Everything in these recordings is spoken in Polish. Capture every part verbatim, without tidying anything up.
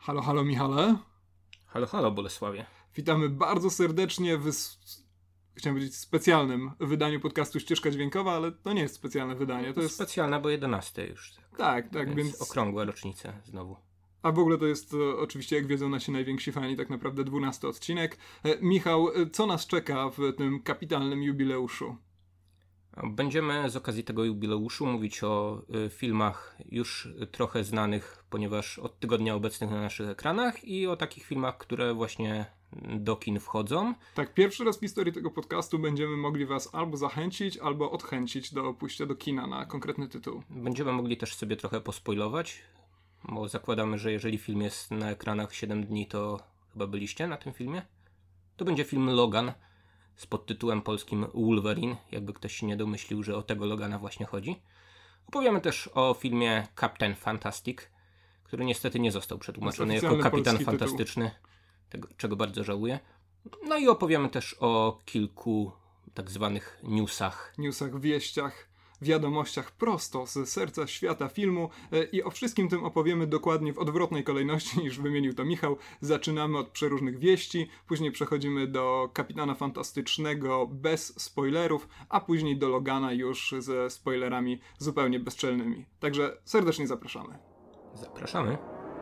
Halo, halo Michale. Halo, halo Bolesławie. Witamy bardzo serdecznie w, chciałem powiedzieć, specjalnym wydaniu podcastu Ścieżka Dźwiękowa, ale to nie jest specjalne wydanie. To jest specjalne, bo jedenaste już. Tak, tak, tak więc, więc... okrągłe rocznice znowu. A w ogóle to jest to, oczywiście, jak wiedzą nasi najwięksi fani, tak naprawdę dwunasty odcinek. E, Michał, co nas czeka w tym kapitalnym jubileuszu? Będziemy z okazji tego jubileuszu mówić o y, filmach już trochę znanych, ponieważ od tygodnia obecnych na naszych ekranach, i o takich filmach, które właśnie do kin wchodzą. Tak, pierwszy raz w historii tego podcastu będziemy mogli was albo zachęcić, albo odchęcić do pójścia do kina na konkretny tytuł. Będziemy mogli też sobie trochę pospoilować, bo zakładamy, że jeżeli film jest na ekranach siedem dni, to chyba byliście na tym filmie. To będzie film Logan z podtytułem polskim Wolverine, jakby ktoś się nie domyślił, że o tego Logana właśnie chodzi. Opowiemy też o filmie Captain Fantastic, który niestety nie został przetłumaczony jako Kapitan Fantastyczny, tego, czego bardzo żałuję. No i opowiemy też o kilku tak zwanych newsach. Newsach, wieściach, wiadomościach prosto z serca świata filmu i o wszystkim tym opowiemy dokładnie w odwrotnej kolejności niż wymienił to Michał. Zaczynamy od przeróżnych wieści, później przechodzimy do Kapitana Fantastycznego bez spoilerów, a później do Logana już ze spoilerami zupełnie bezczelnymi. Także serdecznie zapraszamy. Zapraszamy.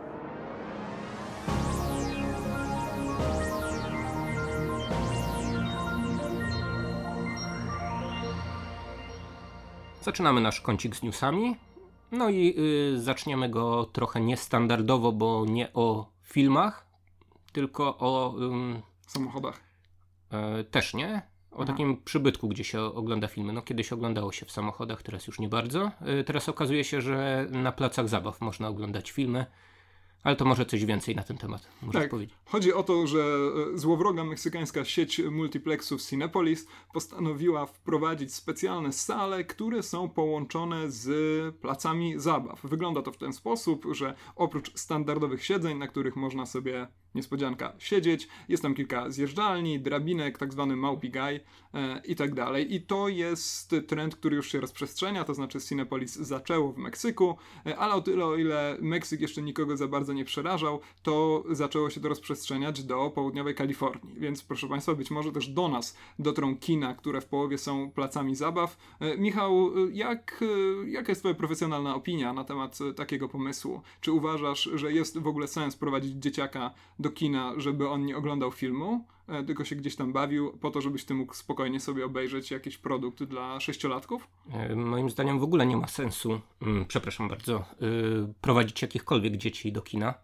Zaczynamy nasz kącik z newsami, no i yy, zaczniemy go trochę niestandardowo, bo nie o filmach, tylko o... Yy, samochodach. Yy, też nie, o Aha. takim przybytku, gdzie się ogląda filmy. No kiedyś oglądało się w samochodach, teraz już nie bardzo. Yy, teraz okazuje się, że na placach zabaw można oglądać filmy. Ale to może coś więcej na ten temat możesz tak, powiedzieć. Chodzi o to, że złowroga meksykańska sieć multiplexów Cinepolis postanowiła wprowadzić specjalne sale, które są połączone z placami zabaw. Wygląda to w ten sposób, że oprócz standardowych siedzeń, na których można sobie, niespodzianka, siedzieć, jest tam kilka zjeżdżalni, drabinek, tak zwany małpigaj e, i tak dalej. I to jest trend, który już się rozprzestrzenia, to znaczy Cinepolis zaczęło w Meksyku, e, ale o tyle, o ile Meksyk jeszcze nikogo za bardzo nie przerażał, to zaczęło się to rozprzestrzeniać do południowej Kalifornii. Więc proszę Państwa, być może też do nas dotrą kina, które w połowie są placami zabaw. E, Michał, jak, jaka jest Twoja profesjonalna opinia na temat takiego pomysłu? Czy uważasz, że jest w ogóle sens prowadzić dzieciaka do kina, żeby on nie oglądał filmu, e, tylko się gdzieś tam bawił, po to, żebyś ty mógł spokojnie sobie obejrzeć jakiś produkt dla sześciolatków? E, moim zdaniem w ogóle nie ma sensu, mm, przepraszam bardzo, y, prowadzić jakichkolwiek dzieci do kina.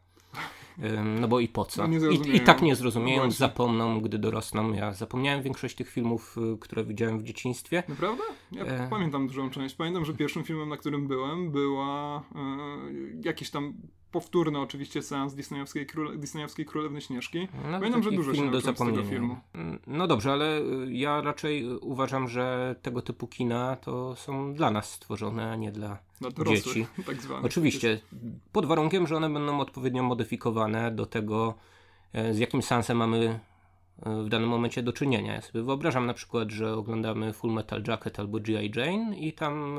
No bo i po co? No I, I tak nie zrozumieją, no zapomną, gdy dorosną. Ja zapomniałem większość tych filmów, które widziałem w dzieciństwie. Naprawdę? Ja e... pamiętam dużą część. Pamiętam, że pierwszym filmem, na którym byłem, była e, jakiś tam powtórny oczywiście seans Disneyowskiej, króle, Disneyowskiej Królewny Śnieżki. No, pamiętam, że dużo się nauczyłem z tego filmu. No dobrze, ale ja raczej uważam, że tego typu kina to są dla nas stworzone, a nie dla Dla dorosłych, dzieci. Tak zwanych. Oczywiście, pod warunkiem, że one będą odpowiednio modyfikowane do tego, z jakim sensem mamy w danym momencie do czynienia. Ja sobie wyobrażam na przykład, że oglądamy Full Metal Jacket albo G I. Jane i tam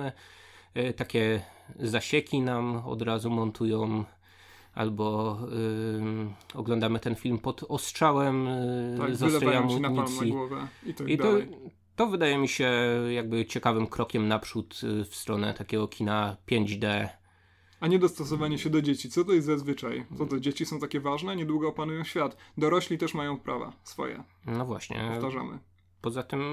takie zasieki nam od razu montują, albo y, oglądamy ten film pod ostrzałem y, tak, z ostrej amunicji. Na głowę i tak I to, dalej. to wydaje mi się jakby ciekawym krokiem naprzód w stronę takiego kina pięć D. A nie dostosowanie się do dzieci. Co to jest zazwyczaj? Co to, dzieci są takie ważne? Niedługo opanują świat. Dorośli też mają prawa swoje. No właśnie. Powtarzamy. Poza tym,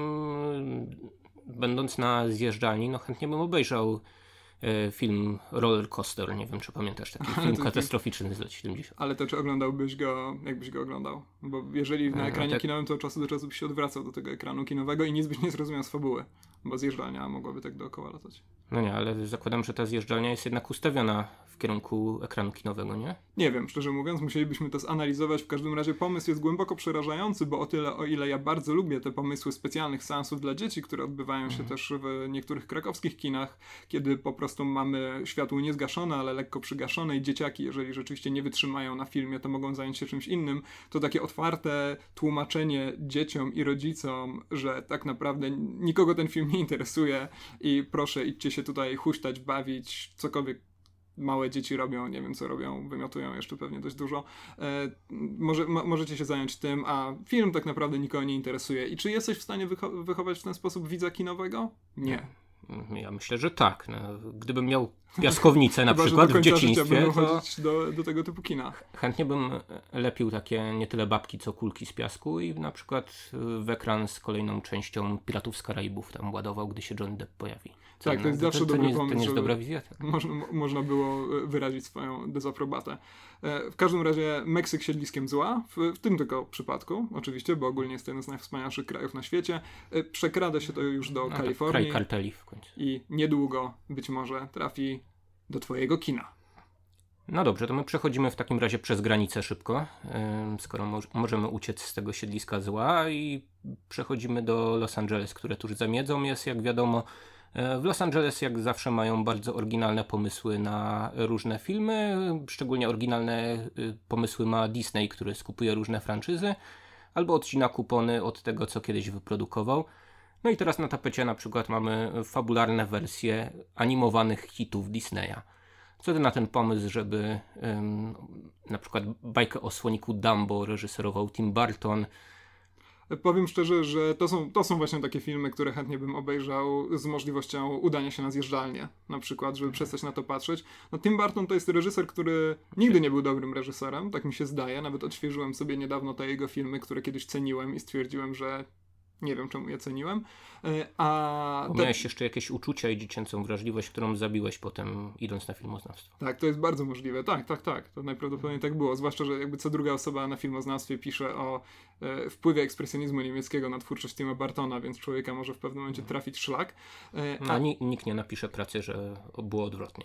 będąc na zjeżdżalni, no chętnie bym obejrzał film Roller Coaster, nie wiem czy pamiętasz taki film katastroficzny z lat siedemdziesiątych. Ale to czy oglądałbyś go, jakbyś go oglądał? Bo jeżeli na ekranie tak... kinowym, to od czasu do czasu byś się odwracał do tego ekranu kinowego i nic byś nie zrozumiał z fabuły, bo zjeżdżalnia mogłaby tak dookoła latać. No nie, ale zakładam, że ta zjeżdżalnia jest jednak ustawiona w kierunku ekranu kinowego, nie? Nie wiem, szczerze mówiąc, musielibyśmy to zanalizować. W każdym razie pomysł jest głęboko przerażający, bo o tyle, o ile ja bardzo lubię te pomysły specjalnych seansów dla dzieci, które odbywają się mhm. też w niektórych krakowskich kinach, kiedy po prostu mamy światło niezgaszone, ale lekko przygaszone i dzieciaki, jeżeli rzeczywiście nie wytrzymają na filmie, to mogą zająć się czymś innym, to takie otwarte tłumaczenie dzieciom i rodzicom, że tak naprawdę nikogo ten film nie interesuje i proszę idźcie się tutaj huśtać, bawić, cokolwiek małe dzieci robią, nie wiem co robią, wymiotują jeszcze pewnie dość dużo. E, może, mo, możecie się zająć tym, a film tak naprawdę nikogo nie interesuje. I czy jesteś w stanie wycho- wychować w ten sposób widza kinowego? Nie. Ja myślę, że tak. No, gdybym miał piaskownicę na Chyba, przykład że do w dzieciństwie, to... chodzić do, do tego typu kina. Chętnie bym lepił takie nie tyle babki, co kulki z piasku i na przykład w ekran z kolejną częścią Piratów z Karaibów tam ładował, gdy się Johnny Depp pojawi. Co, Tak, to jest no, zawsze to, to, dobry nie, pomysł, to nie jest żeby dobra wizja. Tak? Można, można było wyrazić swoją dezaprobatę. W każdym razie Meksyk siedliskiem zła, w, w tym tylko przypadku, oczywiście, bo ogólnie jest to jeden z najwspanialszych krajów na świecie. Przekrada się to już do No, Kalifornii. Kraj karteli w końcu. I niedługo być może trafi do twojego kina. No dobrze, to my przechodzimy w takim razie przez granicę szybko, skoro mo- możemy uciec z tego siedliska zła i przechodzimy do Los Angeles, które tuż za miedzą jest, jak wiadomo. W Los Angeles jak zawsze mają bardzo oryginalne pomysły na różne filmy, szczególnie oryginalne pomysły ma Disney, który skupuje różne franczyzy, albo odcina kupony od tego, co kiedyś wyprodukował. No i teraz na tapecie na przykład mamy fabularne wersje animowanych hitów Disneya. Co ty na ten pomysł, żeby um, na przykład bajkę o słoniku Dumbo reżyserował Tim Burton? Powiem szczerze, że to są, to są właśnie takie filmy, które chętnie bym obejrzał z możliwością udania się na zjeżdżalnię, na przykład, żeby przestać na to patrzeć. No Tim Burton to jest reżyser, który nigdy nie był dobrym reżyserem, tak mi się zdaje. Nawet odświeżyłem sobie niedawno te jego filmy, które kiedyś ceniłem i stwierdziłem, że nie wiem, czemu je ceniłem. A Bo te... miałeś jeszcze jakieś uczucia i dziecięcą wrażliwość, którą zabiłeś potem, idąc na filmoznawstwo. Tak, to jest bardzo możliwe. Tak, tak, tak. To najprawdopodobniej tak było. Zwłaszcza, że jakby co druga osoba na filmoznawstwie pisze o e, wpływie ekspresjonizmu niemieckiego na twórczość Tima Burtona, więc człowieka może w pewnym momencie trafić szlak. E, a... No, nikt nie napisze pracy, że było odwrotnie.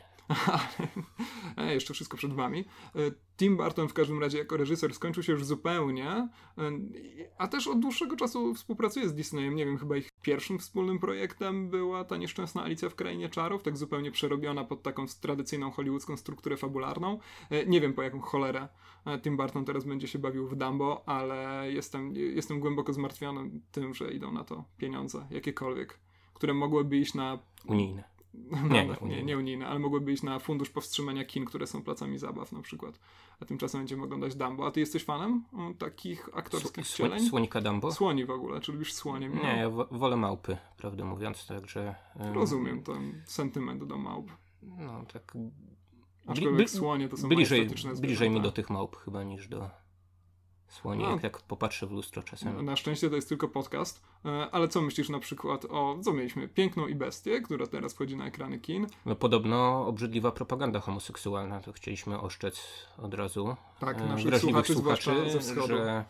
e, jeszcze wszystko przed wami. E, Tim Burton w każdym razie jako reżyser skończył się już zupełnie, e, a też od dłuższego czasu współpracuje z Disneyem. Nie wiem, chyba ich pierwszym wspólnym projektem była ta nieszczęsna Alicja w Krainie Czarów, tak zupełnie przerobiona pod taką tradycyjną hollywoodzką strukturę fabularną. Nie wiem, po jaką cholerę Tim Burton teraz będzie się bawił w Dumbo, ale jestem, jestem głęboko zmartwiony tym, że idą na to pieniądze, jakiekolwiek, które mogłyby iść na... Unijne. No, nie, nie, nie, nie, nie unijne, ale mogłyby iść na fundusz powstrzymania kin, które są placami zabaw na przykład. A tymczasem będziemy oglądać Dumbo. A ty jesteś fanem o, takich aktorskich Sł- wcieleń? Słonika Dumbo? Słoni w ogóle, czy lubisz słonie? Nie, ja w- wolę małpy, prawdę mówiąc, także... Um... Rozumiem ten sentyment do małp. No, tak... Aczkolwiek słonie to są bliżej, majestatyczne bliżej mi zwierzęta. do tych małp chyba niż do słoni, No. jak, jak popatrzę w lustro czasem. Na szczęście to jest tylko podcast, ale co myślisz na przykład o, co mieliśmy, Piękną i Bestię, która teraz wchodzi na ekrany kin. No podobno obrzydliwa propaganda homoseksualna, to chcieliśmy oszczec od razu Tak, e, naszych wrażliwych słuchaczy, słuchaczy, zwłaszcza ze wschodu. że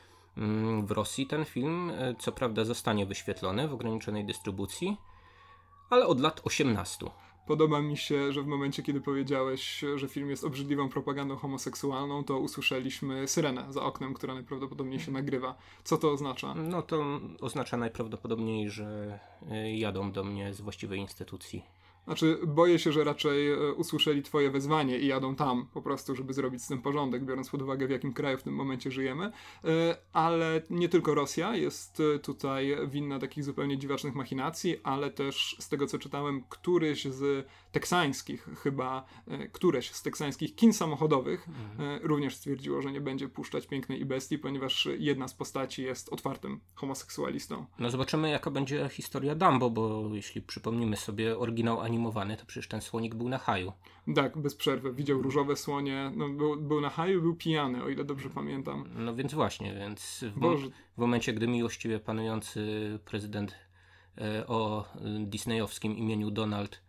mm, w Rosji ten film e, co prawda zostanie wyświetlony w ograniczonej dystrybucji, ale od lat osiemnastu. Podoba mi się, że w momencie, kiedy powiedziałeś, że film jest obrzydliwą propagandą homoseksualną, to usłyszeliśmy syrenę za oknem, która najprawdopodobniej się nagrywa. Co to oznacza? No to oznacza najprawdopodobniej, że e, jadą do mnie z właściwej instytucji. Znaczy, boję się, że raczej e, usłyszeli twoje wezwanie i jadą tam po prostu, żeby zrobić z tym porządek, biorąc pod uwagę, w jakim kraju w tym momencie żyjemy. E, ale nie tylko Rosja jest e, tutaj winna takich zupełnie dziwacznych machinacji, ale też z tego, co czytałem, któryś z teksańskich, chyba e, któreś z teksańskich kin samochodowych e, również stwierdziło, że nie będzie puszczać Pięknej i Bestii, ponieważ jedna z postaci jest otwartym homoseksualistą. No zobaczymy, jaka będzie historia Dumbo, bo jeśli przypomnimy sobie oryginał animowany, to przecież ten słonik był na haju. Tak, bez przerwy. Widział różowe słonie, no, był, był na haju, był pijany, o ile dobrze pamiętam. No więc właśnie, więc w, Boże. w momencie, gdy miłościwie panujący prezydent e, o disneyowskim imieniu Donald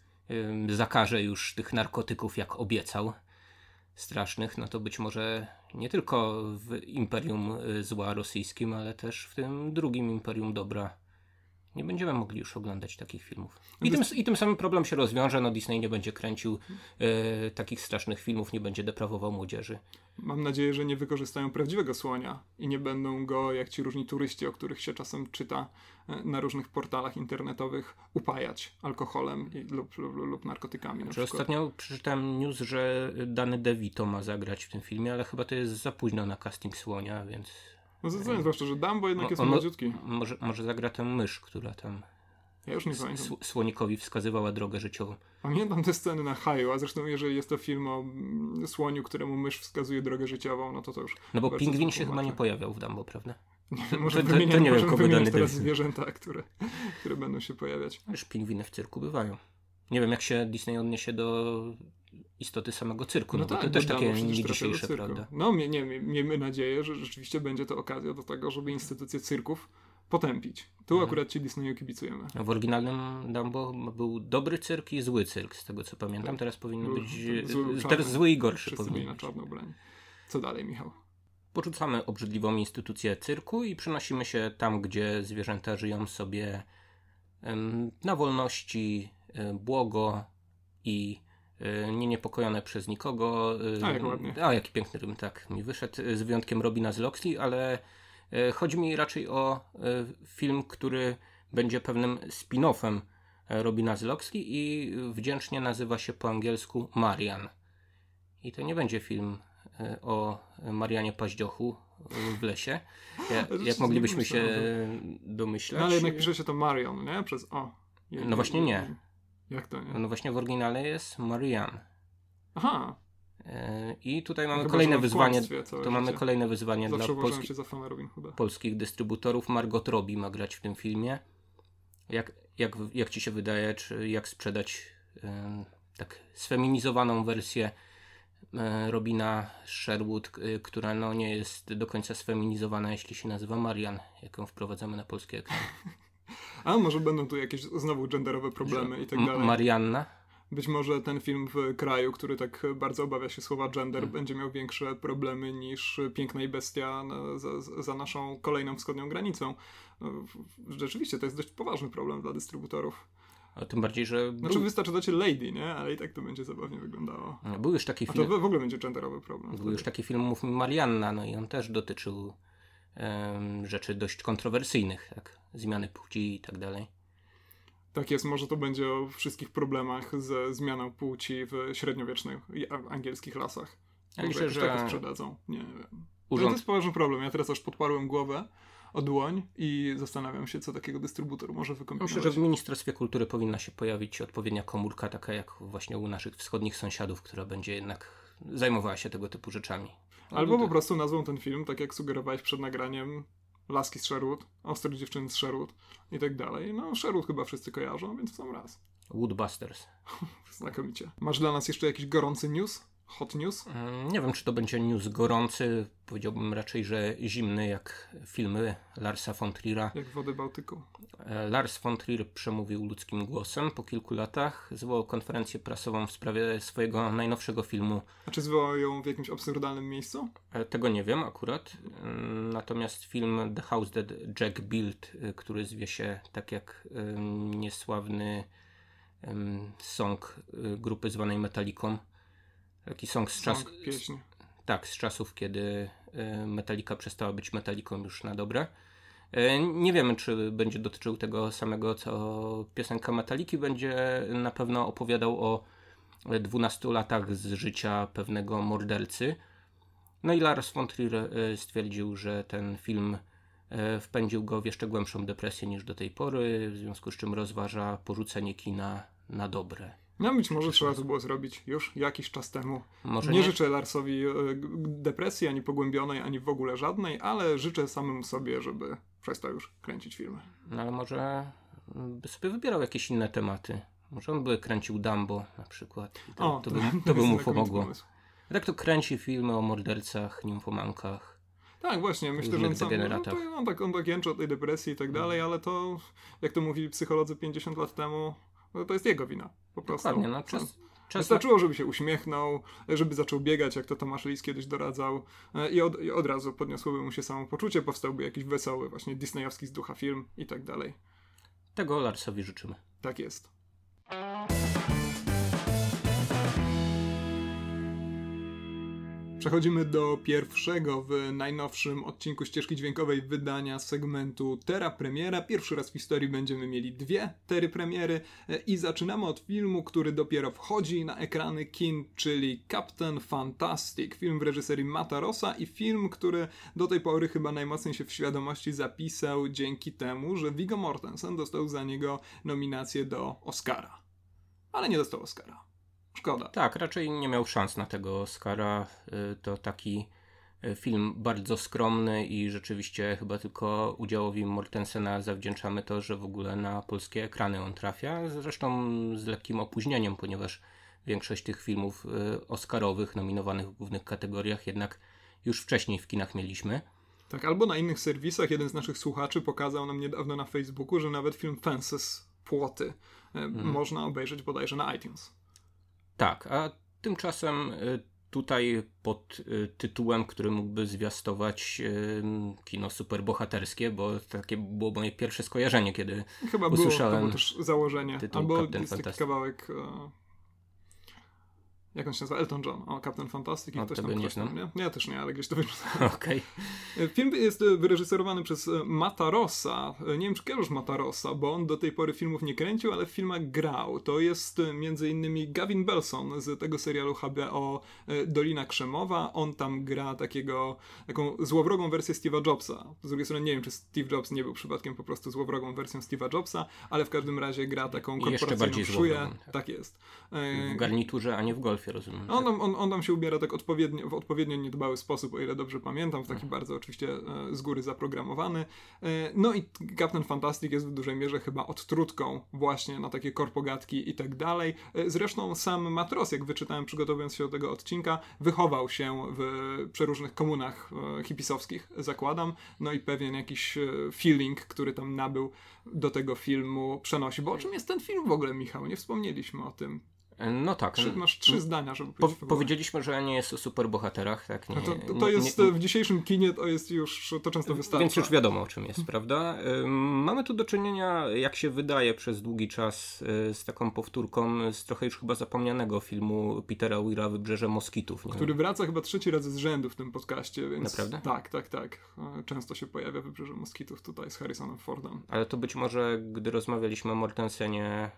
e, zakaże już tych narkotyków, jak obiecał, strasznych, no to być może nie tylko w imperium zła rosyjskim, ale też w tym drugim imperium dobra nie będziemy mogli już oglądać takich filmów. I tym, i tym samym problem się rozwiąże, no Disney nie będzie kręcił e, takich strasznych filmów, nie będzie deprawował młodzieży. Mam nadzieję, że nie wykorzystają prawdziwego słonia i nie będą go, jak ci różni turyści, o których się czasem czyta e, na różnych portalach internetowych, upajać alkoholem i, lub, lub, lub narkotykami. Na Czy ostatnio przeczytałem news, że Danny DeVito ma zagrać w tym filmie, ale chyba to jest za późno na casting słonia, więc... No zwłaszcza, że Dumbo jednak jest on, młodziutki. Może, może zagra tę mysz, która tam Ja już nie pamiętam. S- słonikowi wskazywała drogę życiową. Pamiętam te sceny na haju, a zresztą jeżeli jest to film o słoniu, któremu mysz wskazuje drogę życiową, no to to już... No bo pingwin się chyba nie pojawiał w Dumbo, prawda? Nie, może to, wymieniać, to nie może wiem, kogo wymieniać dany teraz film. zwierzęta, które, które będą się pojawiać. Już pingwiny w cyrku bywają. Nie wiem, jak się Disney odniesie do istoty samego cyrku, no, no bo tak, to też takie nie dzisiejsze, prawda? No, nie, nie, miejmy nadzieję, że rzeczywiście będzie to okazja do tego, żeby instytucje cyrków potępić. Tu mhm. akurat ci Disneyu kibicujemy. W oryginalnym Dumbo był dobry cyrk i zły cyrk, z tego co pamiętam. Tak. Teraz powinno był, być... Zły, teraz zły i gorszy powinien na czarno ubrani. Co dalej, Michał? Porzucamy obrzydliwą instytucję cyrku i przenosimy się tam, gdzie zwierzęta żyją sobie um, na wolności, um, błogo i um, nie niepokojone przez nikogo. Um, a, jak ładnie. A, jaki piękny rym, tak mi wyszedł, z wyjątkiem Robina z Loxley, ale um, chodzi mi raczej o um, film, który będzie pewnym spin-offem Robina z Loxley i wdzięcznie nazywa się po angielsku Marian. I to nie będzie film o Marianie Paździochu w lesie, jak, jak moglibyśmy się domyślać. No ale jednak pisze się to Marion, nie? Przez O. Je, no właśnie nie. Jak to nie? No właśnie w oryginale jest Marian. Aha. I tutaj mamy Chyba, kolejne wyzwanie. To życie. mamy kolejne wyzwanie Zawsze dla polski, się za fana Robin Hooda. polskich dystrybutorów. Margot Robbie ma grać w tym filmie. Jak, jak, jak ci się wydaje, czy jak sprzedać um, tak sfeminizowaną wersję Robina Sherwood, która no nie jest do końca sfeminizowana, jeśli się nazywa Marian, jaką wprowadzamy na polskie ekrany. A może będą tu jakieś znowu genderowe problemy Że, i tak dalej. Marianna? Być może ten film w kraju, który tak bardzo obawia się słowa gender, hmm. będzie miał większe problemy niż Piękna i Bestia na, za, za naszą kolejną wschodnią granicą. No, rzeczywiście to jest dość poważny problem dla dystrybutorów. A tym bardziej, że... Znaczy był... wystarczy dać Lady, nie? Ale i tak to będzie zabawnie wyglądało. Był już taki film... A to w ogóle będzie genderowy problem. Był wtedy. już taki film Mów mi Marianna, no i on też dotyczył um, rzeczy dość kontrowersyjnych, jak zmiany płci i tak dalej. Tak jest, może to będzie o wszystkich problemach ze zmianą płci w średniowiecznych angielskich lasach. Ja myślę, że... tak sprzedadzą. Nie wiem. Urząd... To jest poważny problem. Ja teraz aż podparłem głowę o dłoń i zastanawiam się, co takiego dystrybutor może wykombinować. Myślę, że w Ministerstwie Kultury powinna się pojawić odpowiednia komórka, taka jak właśnie u naszych wschodnich sąsiadów, która będzie jednak zajmowała się tego typu rzeczami. Albo po prostu nazwą ten film, tak jak sugerowałeś przed nagraniem, Laski z Sherwood, Ostre dziewczyny z Sherwood i tak dalej. No Sherwood chyba wszyscy kojarzą, więc w sam raz. Woodbusters. Znakomicie. Masz dla nas jeszcze jakiś gorący news? Hot news? Nie wiem, czy to będzie news gorący. Powiedziałbym raczej, że zimny, jak filmy Larsa von Trier'a. Jak Wody Bałtyku. Lars von Trier przemówił ludzkim głosem po kilku latach. Zwołał konferencję prasową w sprawie swojego najnowszego filmu. A czy zwołał ją w jakimś absurdalnym miejscu? Tego nie wiem akurat. Natomiast film The House That Jack Built, który zwie się tak jak niesławny song grupy zwanej Metallicą. Taki song z czasów. Pieśń. Tak, z czasów, kiedy Metallica przestała być Metallicą już na dobre. Nie wiemy, czy będzie dotyczył tego samego, co piosenka Metalliki. Będzie na pewno opowiadał o dwunastu latach z życia pewnego mordercy. No i Lars von Trier stwierdził, że ten film wpędził go w jeszcze głębszą depresję niż do tej pory, w związku z czym rozważa porzucenie kina na dobre. No być może trzeba to było zrobić już jakiś czas temu. Może nie, nie życzę Larsowi depresji, ani pogłębionej, ani w ogóle żadnej, ale życzę samemu sobie, żeby przestał już kręcić filmy. No ale może by sobie wybierał jakieś inne tematy. Może on by kręcił Dumbo na przykład. To, o, to, to, by, to by mu pomogło. Tak to kręci filmy o mordercach, nimfomankach. Tak, właśnie, myślę, że on sam, no, to on, tak, on tak jęczy o tej depresji i tak dalej, ale to, jak to mówili psycholodzy pięćdziesiąt lat temu, no to jest jego wina, po prostu. Dokładnie, no czas, czas Wystarczyło, żeby się uśmiechnął, żeby zaczął biegać, jak to Tomasz Lis kiedyś doradzał i od, i od razu podniosłoby mu się samopoczucie, powstałby jakiś wesoły, właśnie disneyowski z ducha film i tak dalej. Tego Larsowi życzymy. Tak jest. Przechodzimy do pierwszego w najnowszym odcinku ścieżki dźwiękowej wydania segmentu Tera Premiera. Pierwszy raz w historii będziemy mieli dwie Tery Premiery i zaczynamy od filmu, który dopiero wchodzi na ekrany kin, czyli Captain Fantastic. Film w reżyserii Matta Rossa i film, który do tej pory chyba najmocniej się w świadomości zapisał dzięki temu, że Viggo Mortensen dostał za niego nominację do Oscara. Ale nie dostał Oscara. Szkoda. Tak, raczej nie miał szans na tego Oscara. To taki film bardzo skromny i rzeczywiście chyba tylko udziałowi Mortensena zawdzięczamy to, że w ogóle na polskie ekrany on trafia. Zresztą z lekkim opóźnieniem, ponieważ większość tych filmów oscarowych nominowanych w głównych kategoriach jednak już wcześniej w kinach mieliśmy. Tak, albo na innych serwisach. Jeden z naszych słuchaczy pokazał nam niedawno na Facebooku, że nawet film Fences, Płoty, hmm. można obejrzeć bodajże na iTunes. Tak, a tymczasem tutaj pod tytułem, który mógłby zwiastować kino superbohaterskie, bo takie było moje pierwsze skojarzenie, kiedy Chyba usłyszałem było, to było też założenie. Albo Captain jest taki kawałek... Jak on się nazywa? Elton John. O, Captain Fantastic. O, tego nie znam. Nie? Ja też nie, ale gdzieś to wygląda. Okay. Film jest wyreżyserowany przez Matta Rossa. Nie wiem, czy kojarzysz Matta Rossa, bo on do tej pory filmów nie kręcił, ale w filmach grał. To jest między innymi Gavin Belson z tego serialu H B O Dolina Krzemowa. On tam gra takiego, taką złowrogą wersję Steve'a Jobsa. Z drugiej strony nie wiem, czy Steve Jobs nie był przypadkiem po prostu złowrogą wersją Steve'a Jobsa, ale w każdym razie gra taką korporacyjną szuję. Tak. tak jest. W garniturze, a nie w golfie. Rozumiem, on, on, on tam się ubiera tak odpowiednio, w odpowiednio niedbały sposób, o ile dobrze pamiętam, w taki hmm. bardzo oczywiście e, z góry zaprogramowany. E, no i Captain Fantastic jest w dużej mierze chyba odtrutką właśnie na takie korpogatki i tak dalej. E, zresztą sam Matt Ross, jak wyczytałem przygotowując się do tego odcinka, wychował się w przeróżnych komunach e, hipisowskich, zakładam, no i pewien jakiś e, feeling, który tam nabył do tego filmu przenosi. Bo o czym jest ten film w ogóle, Michał? Nie wspomnieliśmy o tym. No tak. Trzy, masz trzy zdania, żeby po, powiedzieliśmy, że nie jest o superbohaterach, tak? Nie, no to, to, to jest nie, w dzisiejszym kinie, to jest już, to często wystarcza. Więc już wiadomo, o czym jest, prawda? Mamy tu do czynienia, jak się wydaje, przez długi czas z taką powtórką z trochę już chyba zapomnianego filmu Petera Weira Wybrzeże Moskitów. Nie? Który wraca chyba trzeci raz z rzędu w tym podcaście, więc... Naprawdę? Tak, tak, tak. Często się pojawia Wybrzeże Moskitów tutaj z Harrisonem Fordem. Ale to być może, gdy rozmawialiśmy o Mortensenie...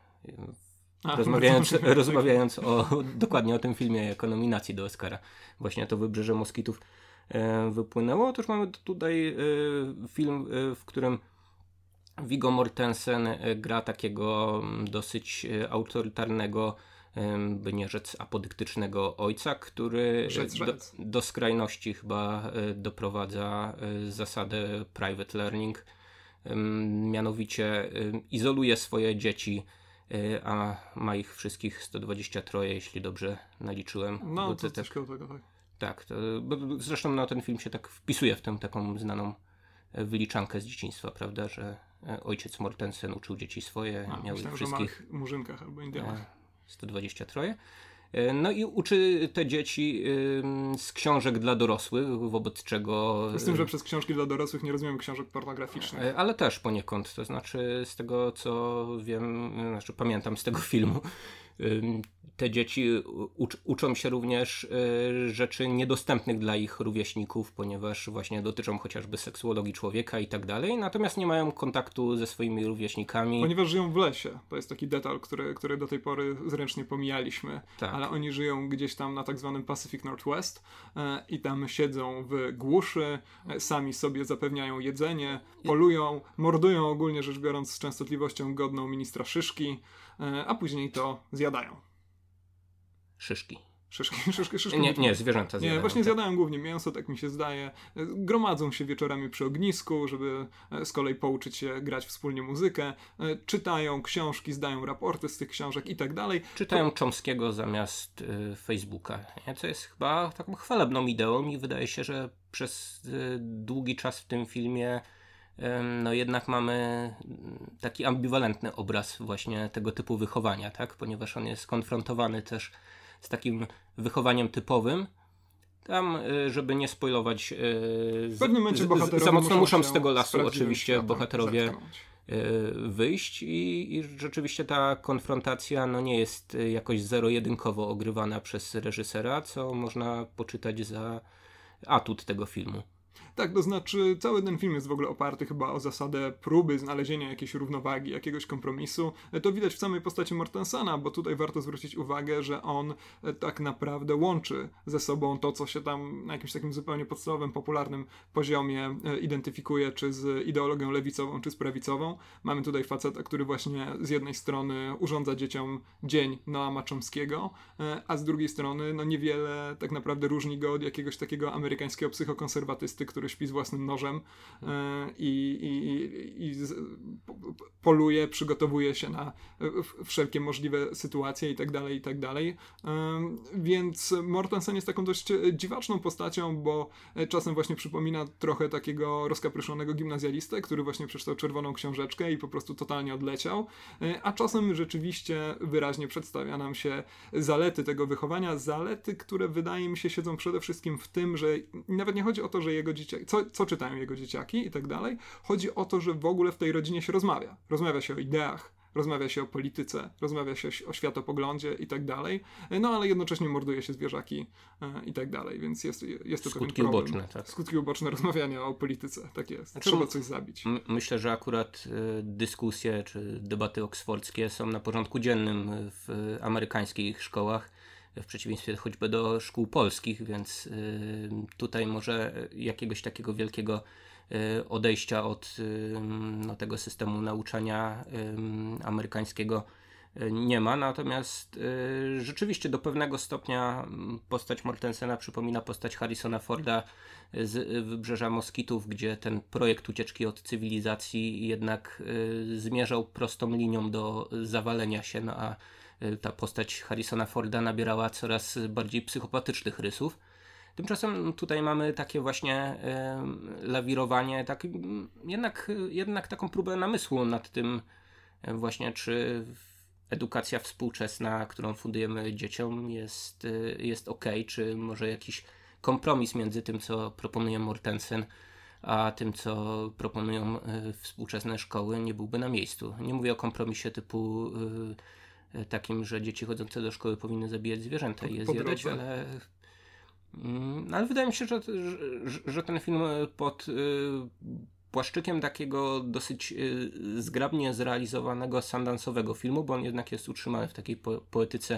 A, rozmawiając rozmawiając o, dokładnie o tym filmie jako nominacji do Oscara. Właśnie to Wybrzeże Moskitów e, wypłynęło. Otóż mamy tutaj e, film, e, w którym Viggo Mortensen gra takiego dosyć autorytarnego, e, by nie rzec apodyktycznego ojca, który rzec, rzec. Do, do skrajności chyba e, doprowadza e, zasadę private learning. E, mianowicie e, izoluje swoje dzieci, a ma ich wszystkich sto dwadzieścia trzy, jeśli dobrze naliczyłem. No, to coś koło tego, tak. Tak, to, bo zresztą no, ten film się tak wpisuje w tę taką znaną wyliczankę z dzieciństwa, prawda, że ojciec Mortensen uczył dzieci swoje, a, miał myślałem, ich wszystkich... że Murzynkach albo Indianach. sto dwadzieścia trzy. No i uczy te dzieci z książek dla dorosłych, wobec czego... Z tym, że przez książki dla dorosłych nie rozumiem książek pornograficznych. Ale też poniekąd, to znaczy z tego co wiem, znaczy pamiętam z tego filmu, te dzieci ucz, uczą się również rzeczy niedostępnych dla ich rówieśników, ponieważ właśnie dotyczą chociażby seksuologii człowieka i tak dalej, natomiast nie mają kontaktu ze swoimi rówieśnikami. Ponieważ żyją w lesie. To jest taki detal, który, który do tej pory zręcznie pomijaliśmy. Tak. Ale oni żyją gdzieś tam na tak zwanym Pacific Northwest e, i tam siedzą w głuszy, e, sami sobie zapewniają jedzenie, polują, mordują ogólnie rzecz biorąc z częstotliwością godną ministra Szyszki, e, a później to zjadają. Szyszki. Szyszki, szyszki, szyszki. Nie, nie, zwierzęta zjadają. Nie, właśnie tak. zjadają głównie mięso, tak mi się zdaje. Gromadzą się wieczorami przy ognisku, żeby z kolei pouczyć się grać wspólnie muzykę. Czytają książki, zdają raporty z tych książek i tak dalej. Czytają to... Chomskiego zamiast y, Facebooka. Nie? Co jest chyba taką chwalebną ideą i wydaje się, że przez y, długi czas w tym filmie y, no jednak mamy taki ambiwalentny obraz właśnie tego typu wychowania, tak? Ponieważ on jest skonfrontowany też z takim wychowaniem typowym. Tam, żeby nie spoilować, w pewnym momencie bohaterowie za mocno muszą muszą z tego lasu oczywiście światem bohaterowie zetknąć. wyjść i, i rzeczywiście ta konfrontacja no nie jest jakoś zero-jedynkowo ogrywana przez reżysera, co można poczytać za atut tego filmu. Tak, to znaczy cały ten film jest w ogóle oparty chyba o zasadę próby znalezienia jakiejś równowagi, jakiegoś kompromisu. To widać w samej postaci Mortensena, bo tutaj warto zwrócić uwagę, że on tak naprawdę łączy ze sobą to, co się tam na jakimś takim zupełnie podstawowym, popularnym poziomie identyfikuje, czy z ideologią lewicową, czy z prawicową. Mamy tutaj faceta, który właśnie z jednej strony urządza dzieciom dzień Noama Chomskiego, a z drugiej strony no niewiele tak naprawdę różni go od jakiegoś takiego amerykańskiego psychokonserwatysty, który śpi z własnym nożem i, i, i poluje, przygotowuje się na wszelkie możliwe sytuacje i tak dalej, i tak dalej. Więc Mortensen jest taką dość dziwaczną postacią, bo czasem właśnie przypomina trochę takiego rozkapryszonego gimnazjalistę, który właśnie przeczytał czerwoną książeczkę i po prostu totalnie odleciał, a czasem rzeczywiście wyraźnie przedstawia nam się zalety tego wychowania, zalety, które wydaje mi się siedzą przede wszystkim w tym, że nawet nie chodzi o to, że jego dzieciaki, co, co czytają jego dzieciaki i tak dalej. Chodzi o to, że w ogóle w tej rodzinie się rozmawia. Rozmawia się o ideach, rozmawia się o polityce, rozmawia się o światopoglądzie i tak dalej, no ale jednocześnie morduje się zwierzaki e, i tak dalej, więc jest, jest to skutki pewien problem. uboczne, tak. Skutki uboczne rozmawiania o polityce, tak jest. Znaczy, trzeba coś zabić. M- myślę, że akurat y, dyskusje czy debaty oksfordzkie są na porządku dziennym w amerykańskich szkołach, w przeciwieństwie choćby do szkół polskich, więc y, tutaj może jakiegoś takiego wielkiego y, odejścia od y, no, tego systemu nauczania y, amerykańskiego y, nie ma, natomiast y, rzeczywiście do pewnego stopnia postać Mortensena przypomina postać Harrisona Forda z Wybrzeża Moskitów, gdzie ten projekt ucieczki od cywilizacji jednak y, zmierzał prostą linią do zawalenia się, no a ta postać Harrisona Forda nabierała coraz bardziej psychopatycznych rysów. Tymczasem tutaj mamy takie właśnie y, lawirowanie, tak, jednak, jednak taką próbę namysłu nad tym właśnie, czy edukacja współczesna, którą fundujemy dzieciom jest, y, jest okej, czy może jakiś kompromis między tym, co proponuje Mortensen, a tym, co proponują y, współczesne szkoły, nie byłby na miejscu. Nie mówię o kompromisie typu y, takim, że dzieci chodzące do szkoły powinny zabijać zwierzęta i je zjadać, ale, mm, ale wydaje mi się, że, że, że ten film pod y, płaszczykiem takiego dosyć y, zgrabnie zrealizowanego sandance'owego filmu, bo on jednak jest utrzymany w takiej po, poetyce,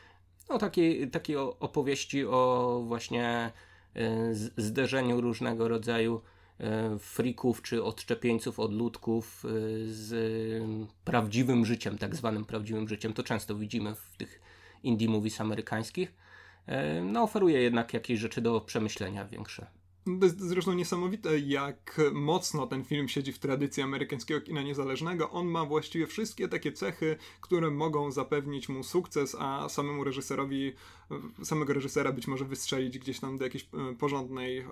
no takiej, takiej opowieści o właśnie y, z, zderzeniu różnego rodzaju frików czy odszczepieńców od ludków z prawdziwym życiem, tak zwanym prawdziwym życiem. To często widzimy w tych indie movies amerykańskich. No, oferuje jednak jakieś rzeczy do przemyślenia większe. To jest zresztą niesamowite, jak mocno ten film siedzi w tradycji amerykańskiego kina niezależnego. On ma właściwie wszystkie takie cechy, które mogą zapewnić mu sukces, a samemu reżyserowi, samego reżysera być może wystrzelić gdzieś tam do jakiejś porządnej,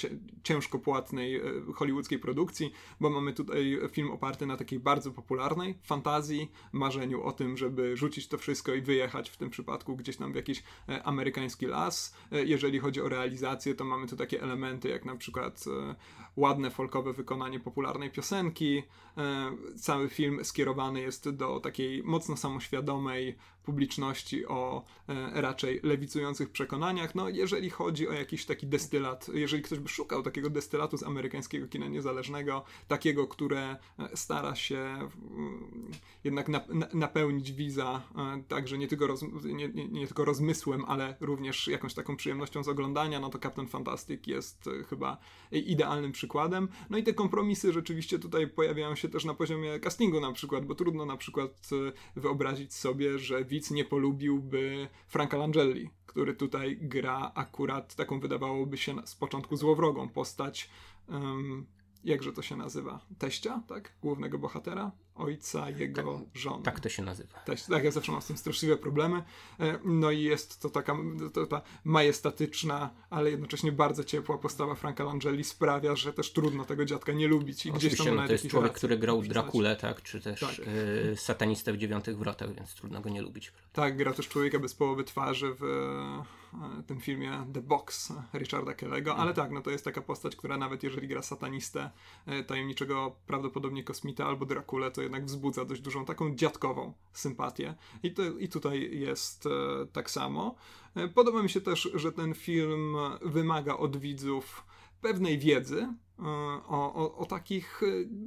ciężko płatnej hollywoodzkiej produkcji, bo mamy tutaj film oparty na takiej bardzo popularnej fantazji, marzeniu o tym, żeby rzucić to wszystko i wyjechać w tym przypadku gdzieś tam w jakiś amerykański las. Jeżeli chodzi o realizację, to mamy tu takie elementy, jak na przykład e, ładne folkowe wykonanie popularnej piosenki. E, cały film skierowany jest do takiej mocno samoświadomej publiczności o e, raczej lewicujących przekonaniach. No, jeżeli chodzi o jakiś taki destylat, jeżeli ktoś by szukał takiego destylatu z amerykańskiego kina niezależnego, takiego, które stara się mm, jednak na, na, napełnić widza e, także nie tylko, roz, nie, nie, nie tylko rozmysłem, ale również jakąś taką przyjemnością z oglądania, no to Captain Fantastic jest chyba idealnym przykładem. No i te kompromisy rzeczywiście tutaj pojawiają się też na poziomie castingu na przykład, bo trudno na przykład wyobrazić sobie, że widz nie polubiłby Franka Langelli, który tutaj gra akurat taką, wydawałoby się z początku złowrogą postać, um, jakże to się nazywa? Teścia, tak? Głównego bohatera? Ojca jego żony. Tak to się nazywa. Teść, tak, ja zawsze mam z tym straszliwe problemy. No i jest to taka to, ta majestatyczna, ale jednocześnie bardzo ciepła postawa Franka Langelli sprawia, że też trudno tego dziadka nie lubić. I oczywiście, gdzieś tam no, to jest człowiek, rację, który grał Drakulę, tak? Czy też tak. y, satanistę w Dziewiątych Wrotach, więc trudno go nie lubić. Prawda? Tak, gra też człowieka bez połowy twarzy w tym filmie The Box Richarda Kelly'ego, ale tak, no to jest taka postać, która nawet jeżeli gra satanistę, tajemniczego prawdopodobnie kosmita albo Drakulę, to jednak wzbudza dość dużą taką dziadkową sympatię. I, to, i tutaj jest tak samo. Podoba mi się też, że ten film wymaga od widzów pewnej wiedzy o, o, o takich,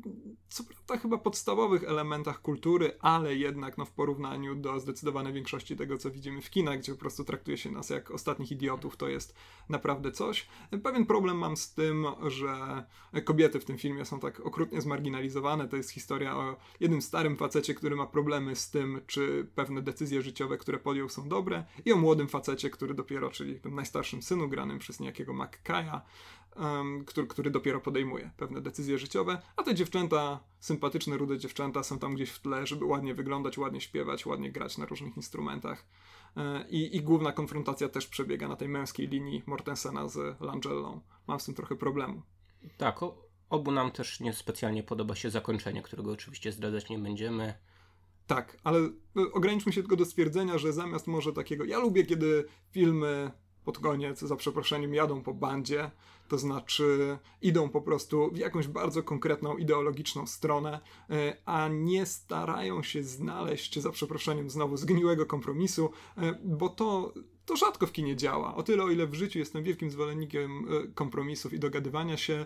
co prawda chyba podstawowych elementach kultury, ale jednak no, w porównaniu do zdecydowanej większości tego, co widzimy w kinach, gdzie po prostu traktuje się nas jak ostatnich idiotów, to jest naprawdę coś. Pewien problem mam z tym, że kobiety w tym filmie są tak okrutnie zmarginalizowane. To jest historia o jednym starym facecie, który ma problemy z tym, czy pewne decyzje życiowe, które podjął, są dobre, i o młodym facecie, który dopiero, czyli tym najstarszym synu granym przez niejakiego McKaya, Um, który, który dopiero podejmuje pewne decyzje życiowe, a te dziewczęta, sympatyczne, rude dziewczęta są tam gdzieś w tle, żeby ładnie wyglądać, ładnie śpiewać, ładnie grać na różnych instrumentach. Yy, i, I główna konfrontacja też przebiega na tej męskiej linii Mortensena z Langellą. Mam z tym trochę problemu. Tak, o, obu nam też niespecjalnie podoba się zakończenie, którego oczywiście zdradzać nie będziemy. Tak, ale ograniczmy się tylko do stwierdzenia, że zamiast może takiego... Ja lubię, kiedy filmy pod koniec, za przeproszeniem, jadą po bandzie, to znaczy idą po prostu w jakąś bardzo konkretną ideologiczną stronę, a nie starają się znaleźć, za przeproszeniem znowu, zgniłego kompromisu, bo to, to rzadko w kinie działa. O tyle, o ile w życiu jestem wielkim zwolennikiem kompromisów i dogadywania się,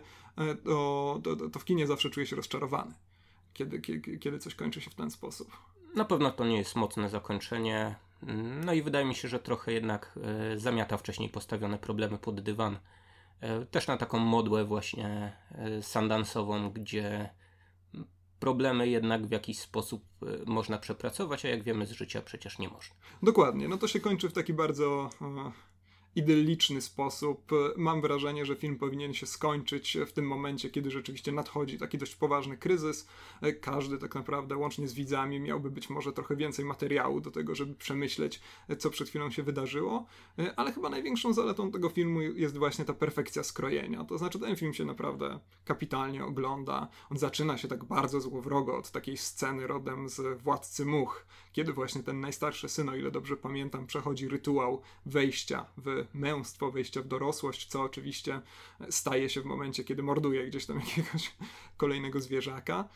to, to, to w kinie zawsze czuję się rozczarowany, kiedy, kiedy, kiedy coś kończy się w ten sposób. Na pewno to nie jest mocne zakończenie. No i wydaje mi się, że trochę jednak e, zamiata wcześniej postawione problemy pod dywan. E, też na taką modłę właśnie e, sundance'ową, gdzie problemy jednak w jakiś sposób e, można przepracować, a jak wiemy z życia przecież nie można. Dokładnie. No to się kończy w taki bardzo... E... idylliczny sposób. Mam wrażenie, że film powinien się skończyć w tym momencie, kiedy rzeczywiście nadchodzi taki dość poważny kryzys. Każdy tak naprawdę, łącznie z widzami, miałby być może trochę więcej materiału do tego, żeby przemyśleć, co przed chwilą się wydarzyło. Ale chyba największą zaletą tego filmu jest właśnie ta perfekcja skrojenia. To znaczy, ten film się naprawdę kapitalnie ogląda. On zaczyna się tak bardzo złowrogo od takiej sceny rodem z Władcy Much, kiedy właśnie ten najstarszy syn, o ile dobrze pamiętam, przechodzi rytuał wejścia w męstwo, wejścia w dorosłość, co oczywiście staje się w momencie, kiedy morduje gdzieś tam jakiegoś kolejnego zwierzaka,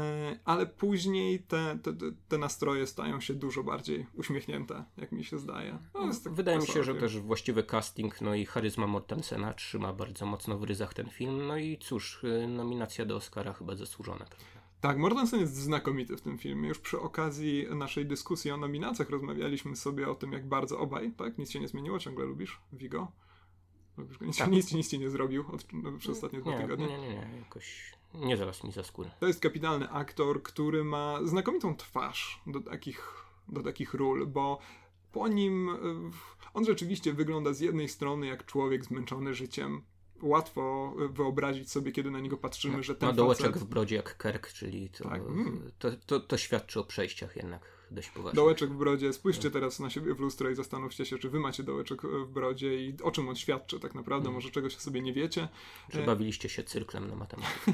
ale później te, te, te nastroje stają się dużo bardziej uśmiechnięte, jak mi się zdaje. No, tak wydaje mi się, że też właściwy casting, no i charyzma Mortensena trzyma bardzo mocno w ryzach ten film, no i cóż, nominacja do Oscara chyba zasłużona. Tak, Mortensen jest znakomity w tym filmie. Już przy okazji naszej dyskusji o nominacjach rozmawialiśmy sobie o tym, jak bardzo obaj, tak? Nic się nie zmieniło, ciągle lubisz Viggo? Lubisz go? Nic, tak. nic, nic ci nie zrobił od, no, przez ostatnie dwa nie, tygodnie? Nie, nie, nie, jakoś nie zaraz mi za skórę. To jest kapitalny aktor, który ma znakomitą twarz do takich, do takich ról, bo po nim on rzeczywiście wygląda z jednej strony jak człowiek zmęczony życiem. Łatwo wyobrazić sobie, kiedy na niego patrzymy, że ten ma dołeczek facet... w brodzie jak Kirk, czyli to, tak. mm. to, to, to świadczy o przejściach jednak dość poważnych. Dołeczek w brodzie. Spójrzcie teraz na siebie w lustro i zastanówcie się, czy wy macie dołeczek w brodzie i o czym on świadczy tak naprawdę. Mm. Może czegoś sobie nie wiecie. Czy bawiliście się cyrklem na matematyce?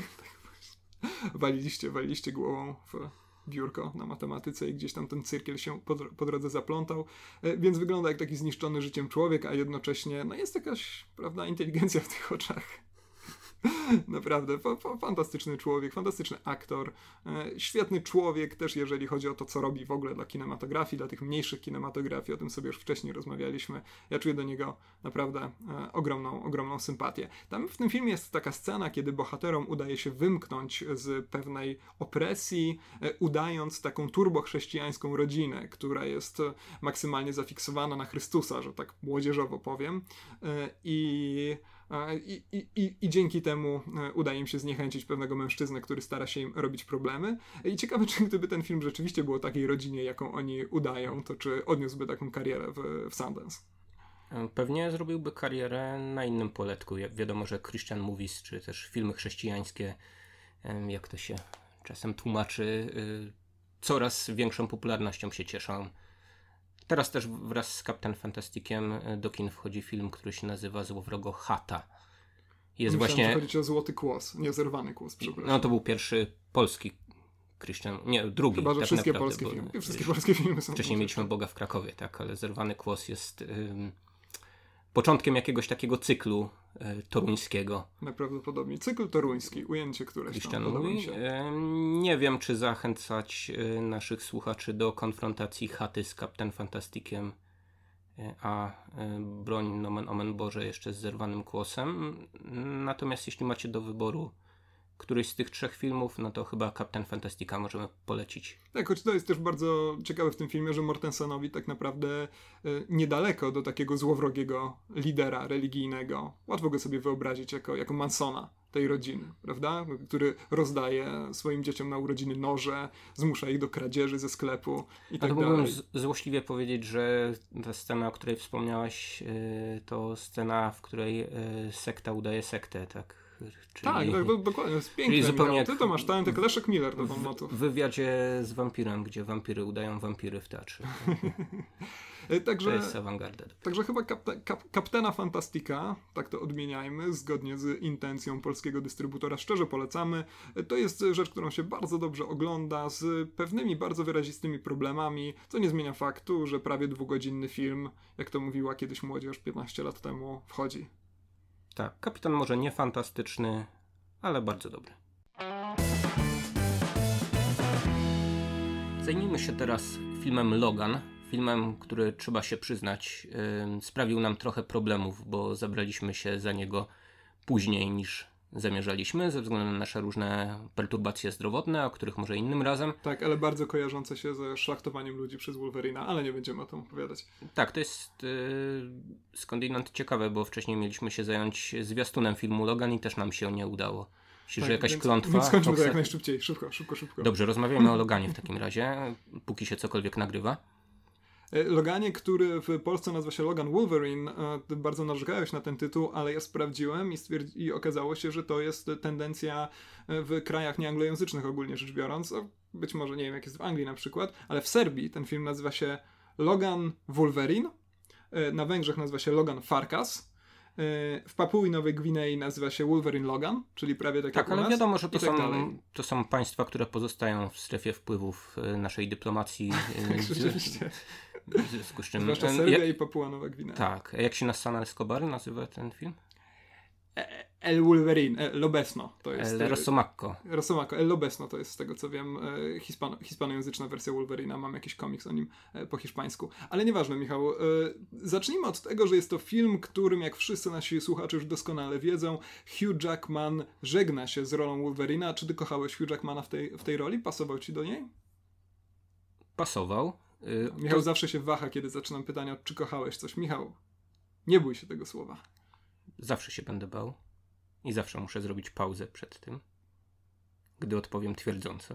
waliliście, waliliście głową w biurko na matematyce i gdzieś tam ten cyrkiel się po, po drodze zaplątał, więc wygląda jak taki zniszczony życiem człowiek, a jednocześnie no jest jakaś, prawda, inteligencja w tych oczach. Naprawdę, fa- fa- fantastyczny człowiek, fantastyczny aktor, e, świetny człowiek też, jeżeli chodzi o to, co robi w ogóle dla kinematografii, dla tych mniejszych kinematografii, o tym sobie już wcześniej rozmawialiśmy. Ja czuję do niego naprawdę e, ogromną, ogromną sympatię. Tam w tym filmie jest taka scena, kiedy bohaterom udaje się wymknąć z pewnej opresji, e, udając taką turbochrześcijańską rodzinę, która jest maksymalnie zafiksowana na Chrystusa, że tak młodzieżowo powiem. E, I I, i, i, I dzięki temu udaje im się zniechęcić pewnego mężczyznę, który stara się im robić problemy. I ciekawe, czy gdyby ten film rzeczywiście był o takiej rodzinie, jaką oni udają, to czy odniósłby taką karierę w, w Sundance? Pewnie zrobiłby karierę na innym poletku. Jak wiadomo, że Christian movies, czy też filmy chrześcijańskie, jak to się czasem tłumaczy, coraz większą popularnością się cieszą. Teraz też wraz z Captain Fantasticiem do kin wchodzi film, który się nazywa Złowrogo Chata. Jest Myślałem, właśnie... że chodzi o Złoty Kłos, nie Zerwany Kłos, przepraszam. No to był pierwszy polski Christian, nie, drugi. Chyba, że tak wszystkie, naprawdę, polskie bo, filmy, wszystkie polskie filmy są... Wcześniej mieliśmy Boga w Krakowie, tak, ale Zerwany Kłos jest ym, początkiem jakiegoś takiego cyklu e, toruńskiego. Najprawdopodobniej. Cykl toruński, ujęcie któreś Christian tam, podoba mi Louis. się. E, nie wiem, czy zachęcać e, naszych słuchaczy do konfrontacji chaty z Kapten Fantastikiem, e, a e, broń nomen omen Boże jeszcze z zerwanym kłosem. Natomiast jeśli macie do wyboru któryś z tych trzech filmów, no to chyba Kapten Fantastika możemy polecić. Tak, choć to jest też bardzo ciekawe w tym filmie, że Mortensenowi tak naprawdę y, niedaleko do takiego złowrogiego lidera religijnego. Łatwo go sobie wyobrazić jako, jako Mansona tej rodziny, prawda? Który rozdaje swoim dzieciom na urodziny noże, zmusza ich do kradzieży ze sklepu i tak Ale dalej. mógłbym z- złośliwie powiedzieć, że ta scena, o której wspomniałaś, y, to scena, w której y, sekta udaje sektę, tak? Czyli Tak, tak, to, dokładnie, to jest piękne. czyli zupełnie Michał. Ty jak to masz talent, jak Leszek Miller to w ten motyw. w wywiadzie z wampirem, gdzie wampiry udają wampiry w teatrze. Y, To Także... jest awangarda. Także chyba kapte, kap, Kaptena Fantastika, tak to odmieniajmy, zgodnie z intencją polskiego dystrybutora, szczerze polecamy. To jest rzecz, którą się bardzo dobrze ogląda, z pewnymi bardzo wyrazistymi problemami, co nie zmienia faktu, że prawie dwugodzinny film, jak to mówiła kiedyś młodzież piętnaście lat temu, wchodzi. Tak, Kapitan może nie fantastyczny, ale bardzo dobry. Zajmijmy się teraz filmem Logan. Filmem, który trzeba się przyznać, yy, sprawił nam trochę problemów, bo zabraliśmy się za niego później niż zamierzaliśmy, ze względu na nasze różne perturbacje zdrowotne, o których może innym razem. Tak, ale bardzo kojarzące się ze szlachtowaniem ludzi przez Wolverina, ale nie będziemy o tym opowiadać. Tak, to jest yy, skądinąd ciekawe, bo wcześniej mieliśmy się zająć zwiastunem filmu Logan i też nam się nie udało. Myślę, Tak, że jakaś więc, klątwa. Więc skończmy to Foxa- jak najszybciej, szybko, szybko, szybko. Dobrze, rozmawiamy o Loganie w takim razie, póki się cokolwiek nagrywa. Loganie, który w Polsce nazywa się Logan Wolverine. Ty bardzo narzekałeś na ten tytuł, ale ja sprawdziłem i, stwierdzi- i okazało się, że to jest tendencja w krajach nieanglojęzycznych ogólnie rzecz biorąc. Być może nie wiem jak jest w Anglii na przykład, ale w Serbii ten film nazywa się Logan Wolverine. Na Węgrzech nazywa się Logan Farkas. W Papui Nowej Gwinei nazywa się Wolverine Logan, czyli prawie tak, Tak, jak u ale nas. wiadomo, że to, I tak są, dalej. to są państwa, które pozostają w strefie wpływów y, naszej dyplomacji. Tak, y, rzeczywiście. W związku z czym... Zwłaszcza y, Serbia ja- i Papua Nowa Gwinea. Tak, a jak się Nassan Escobar nazywa ten film? El Wolverine, El Lobesno to jest. El Rosomacco. Rosomako, El Lobesno to jest z tego co wiem e, hiszpano, hispanojęzyczna wersja Wolverina. Mam jakiś komiks o nim e, po hiszpańsku. Ale nieważne, Michał. E, zacznijmy od tego, że jest to film, którym jak wszyscy nasi słuchacze już doskonale wiedzą, Hugh Jackman żegna się z rolą Wolverina. Czy ty kochałeś Hugh Jackmana w tej, w tej roli? Pasował ci do niej? Pasował. Y, Michał to- zawsze się waha, kiedy zaczynam pytania, czy kochałeś coś. Michał, nie bój się tego słowa. Zawsze się będę bał. I zawsze muszę zrobić pauzę przed tym, gdy odpowiem twierdząco.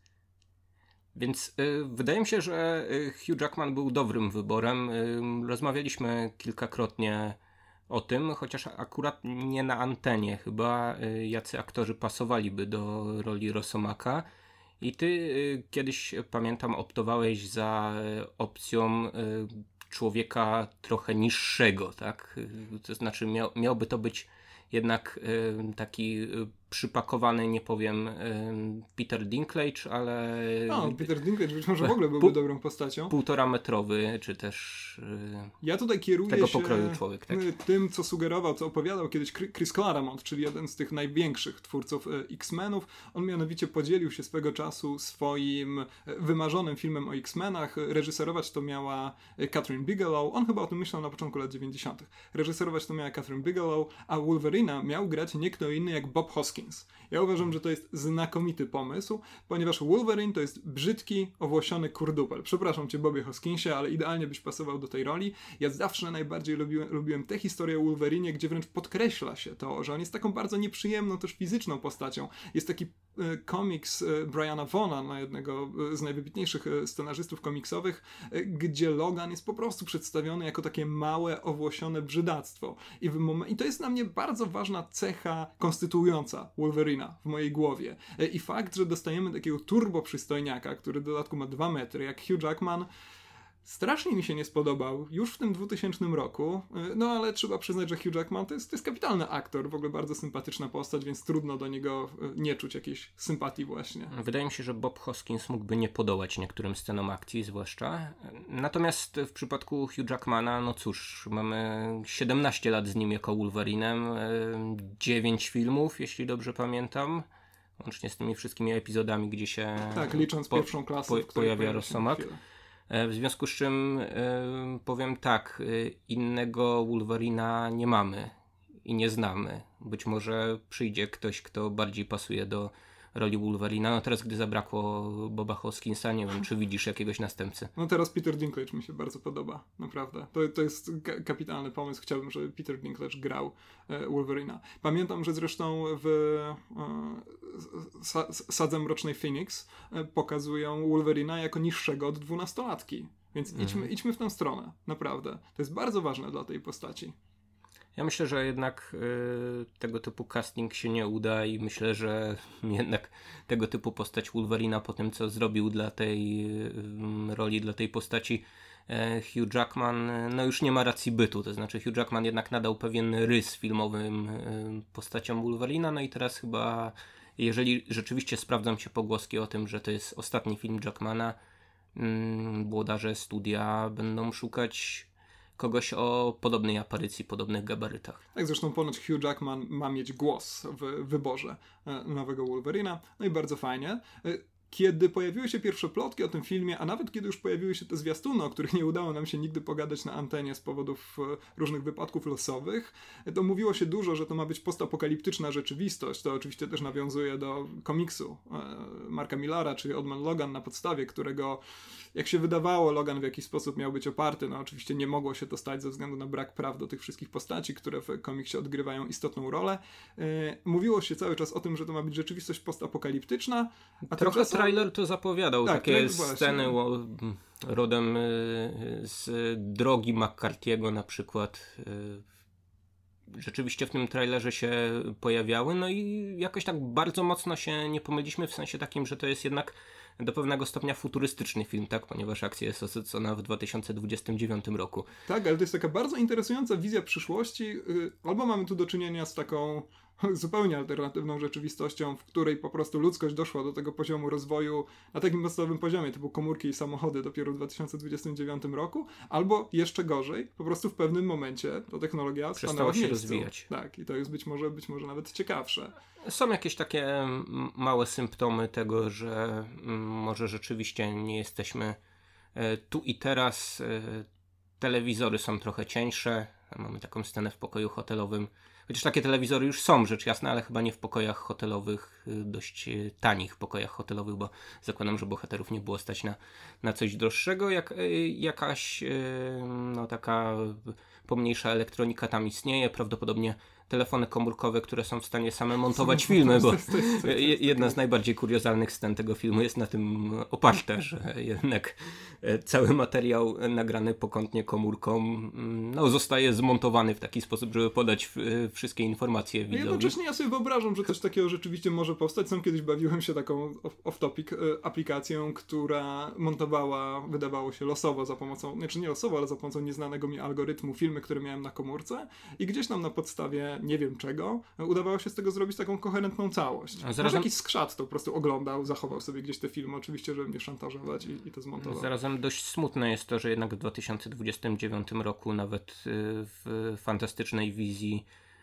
Więc y, wydaje mi się, że y, Hugh Jackman był dobrym wyborem. Y, rozmawialiśmy kilkakrotnie o tym, chociaż akurat nie na antenie. Chyba y, jacy aktorzy pasowaliby do roli Rosomaka. I ty y, kiedyś, pamiętam, optowałeś za y, opcją y, człowieka trochę niższego, tak? Y, To znaczy miał, miałby to być jednak y, taki y, przypakowany, nie powiem, y, Peter Dinklage, ale No, Peter Dinklage być może w Pu- ogóle byłby dobrą postacią. półtora metrowy, czy też y, Ja tutaj kieruję tego się pokroju człowiek, tak? tym, co sugerował, co opowiadał kiedyś Chry- Chris Claremont, czyli jeden z tych największych twórców e, X-Menów. On mianowicie podzielił się swego czasu swoim e, wymarzonym filmem o X-Menach. Reżyserować to miała e, Catherine Bigelow. On chyba o tym myślał na początku lat dziewięćdziesiątych. Reżyserować to miała Catherine Bigelow, a Wolverina miał grać nie kto inny jak Bob Hoskins. Ja uważam, że to jest znakomity pomysł, ponieważ Wolverine to jest brzydki, owłosiony kurdupel. Przepraszam cię, Bobie Hoskinsie, ale idealnie byś pasował do tej roli. Ja zawsze najbardziej lubiłem, lubiłem tę historię o Wolverinie, gdzie wręcz podkreśla się to, że on jest taką bardzo nieprzyjemną, też fizyczną postacią. Jest taki e, komiks e, Briana Vaughna, no, jednego e, z najwybitniejszych e, scenarzystów komiksowych, e, gdzie Logan jest po prostu przedstawiony jako takie małe, owłosione brzydactwo. I, w mom- I to jest dla mnie bardzo ważna cecha konstytuująca Wolverina w mojej głowie. E, I fakt, że dostajemy takiego turbo przystojniaka, który w dodatku ma dwa metry, jak Hugh Jackman, strasznie mi się nie spodobał już w tym dwutysięcznym roku, no ale trzeba przyznać, że Hugh Jackman to jest, to jest kapitalny aktor, w ogóle bardzo sympatyczna postać, więc trudno do niego nie czuć jakiejś sympatii właśnie. Wydaje mi się, że Bob Hoskins mógłby nie podołać niektórym scenom akcji zwłaszcza. Natomiast w przypadku Hugh Jackmana, no cóż, mamy siedemnaście lat z nim jako Wolverinem, dziewięć filmów, jeśli dobrze pamiętam. Łącznie z tymi wszystkimi epizodami, gdzie się tak, licząc po, pierwszą klasę, po, pojawia Rosomak. W związku z czym yy, powiem tak, yy, innego Wolverina nie mamy i nie znamy. Być może przyjdzie ktoś, kto bardziej pasuje do roli Wolverina. No teraz, gdy zabrakło Boba Hoskinsa, nie wiem, czy widzisz jakiegoś następcy. No teraz Peter Dinklage mi się bardzo podoba, naprawdę. To, to jest ka- kapitalny pomysł. Chciałbym, żeby Peter Dinklage grał e, Wolverina. Pamiętam, że zresztą w e, sa- Sadze Mrocznej Phoenix e, pokazują Wolverina jako niższego od dwunastolatki. Więc mm. idźmy, idźmy w tę stronę, naprawdę. To jest bardzo ważne dla tej postaci. Ja myślę, że jednak y, tego typu casting się nie uda i myślę, że jednak tego typu postać Wolverina po tym, co zrobił dla tej y, roli, dla tej postaci y, Hugh Jackman, y, no już nie ma racji bytu. To znaczy Hugh Jackman jednak nadał pewien rys filmowym y, postaciom Wolverina, no i teraz chyba, jeżeli rzeczywiście sprawdzą się pogłoski o tym, że to jest ostatni film Jackmana, y, włodarze studia będą szukać kogoś o podobnej aparycji, podobnych gabarytach. Tak, zresztą ponoć Hugh Jackman ma mieć głos w wyborze nowego Wolverina. No i bardzo fajnie. Kiedy pojawiły się pierwsze plotki o tym filmie, a nawet kiedy już pojawiły się te zwiastuny, o których nie udało nam się nigdy pogadać na antenie z powodów różnych wypadków losowych, to mówiło się dużo, że to ma być postapokaliptyczna rzeczywistość. To oczywiście też nawiązuje do komiksu Marka Millara, czyli Old Man Logan, na podstawie którego, jak się wydawało, Logan w jakiś sposób miał być oparty. No oczywiście nie mogło się to stać ze względu na brak praw do tych wszystkich postaci, które w komiksie odgrywają istotną rolę. Mówiło się cały czas o tym, że to ma być rzeczywistość postapokaliptyczna. A Trochę to... trailer to zapowiadał. Tak, takie sceny o, rodem z drogi McCarthy'ego na przykład rzeczywiście w tym trailerze się pojawiały, no i jakoś tak bardzo mocno się nie pomyliliśmy w sensie takim, że to jest jednak do pewnego stopnia futurystyczny film, tak? Ponieważ akcja jest osadzona w dwa tysiące dwudziestym dziewiątym roku. Tak, ale to jest taka bardzo interesująca wizja przyszłości. Albo mamy tu do czynienia z taką zupełnie alternatywną rzeczywistością, w której po prostu ludzkość doszła do tego poziomu rozwoju na takim podstawowym poziomie, typu komórki i samochody dopiero w dwa tysiące dwudziestym dziewiątym roku, albo jeszcze gorzej, po prostu w pewnym momencie ta technologia stanęła w miejscu. rozwijać. Tak, i to jest być może, być może nawet ciekawsze. Są jakieś takie małe symptomy tego, że może rzeczywiście nie jesteśmy tu i teraz. Telewizory są trochę cieńsze. Mamy taką scenę w pokoju hotelowym. Chociaż takie telewizory już są, rzecz jasna, ale chyba nie w pokojach hotelowych, dość tanich pokojach hotelowych, bo zakładam, że bohaterów nie było stać na, na coś droższego. Jak, jakaś no, taka pomniejsza elektronika tam istnieje, prawdopodobnie telefony komórkowe, które są w stanie same montować filmy, bo jedna z najbardziej kuriozalnych scen tego filmu jest na tym oparta, że jednak cały materiał nagrany pokątnie komórką no, zostaje zmontowany w taki sposób, żeby podać wszystkie informacje widzowi. Jednocześnie ja sobie wyobrażam, że coś takiego rzeczywiście może powstać. Sam kiedyś bawiłem się taką off-topic aplikacją, która montowała, wydawało się losowo za pomocą, znaczy nie losowo, ale za pomocą nieznanego mi algorytmu filmy, które miałem na komórce i gdzieś tam na podstawie nie wiem czego, udawało się z tego zrobić taką koherentną całość. A zarazem... Może jakiś skrzat to po prostu oglądał, zachował sobie gdzieś te filmy, oczywiście, żeby mnie szantażować i, i to zmontował. Zarazem dość smutne jest to, że jednak w dwa tysiące dwudziestym dziewiątym roku nawet w fantastycznej wizji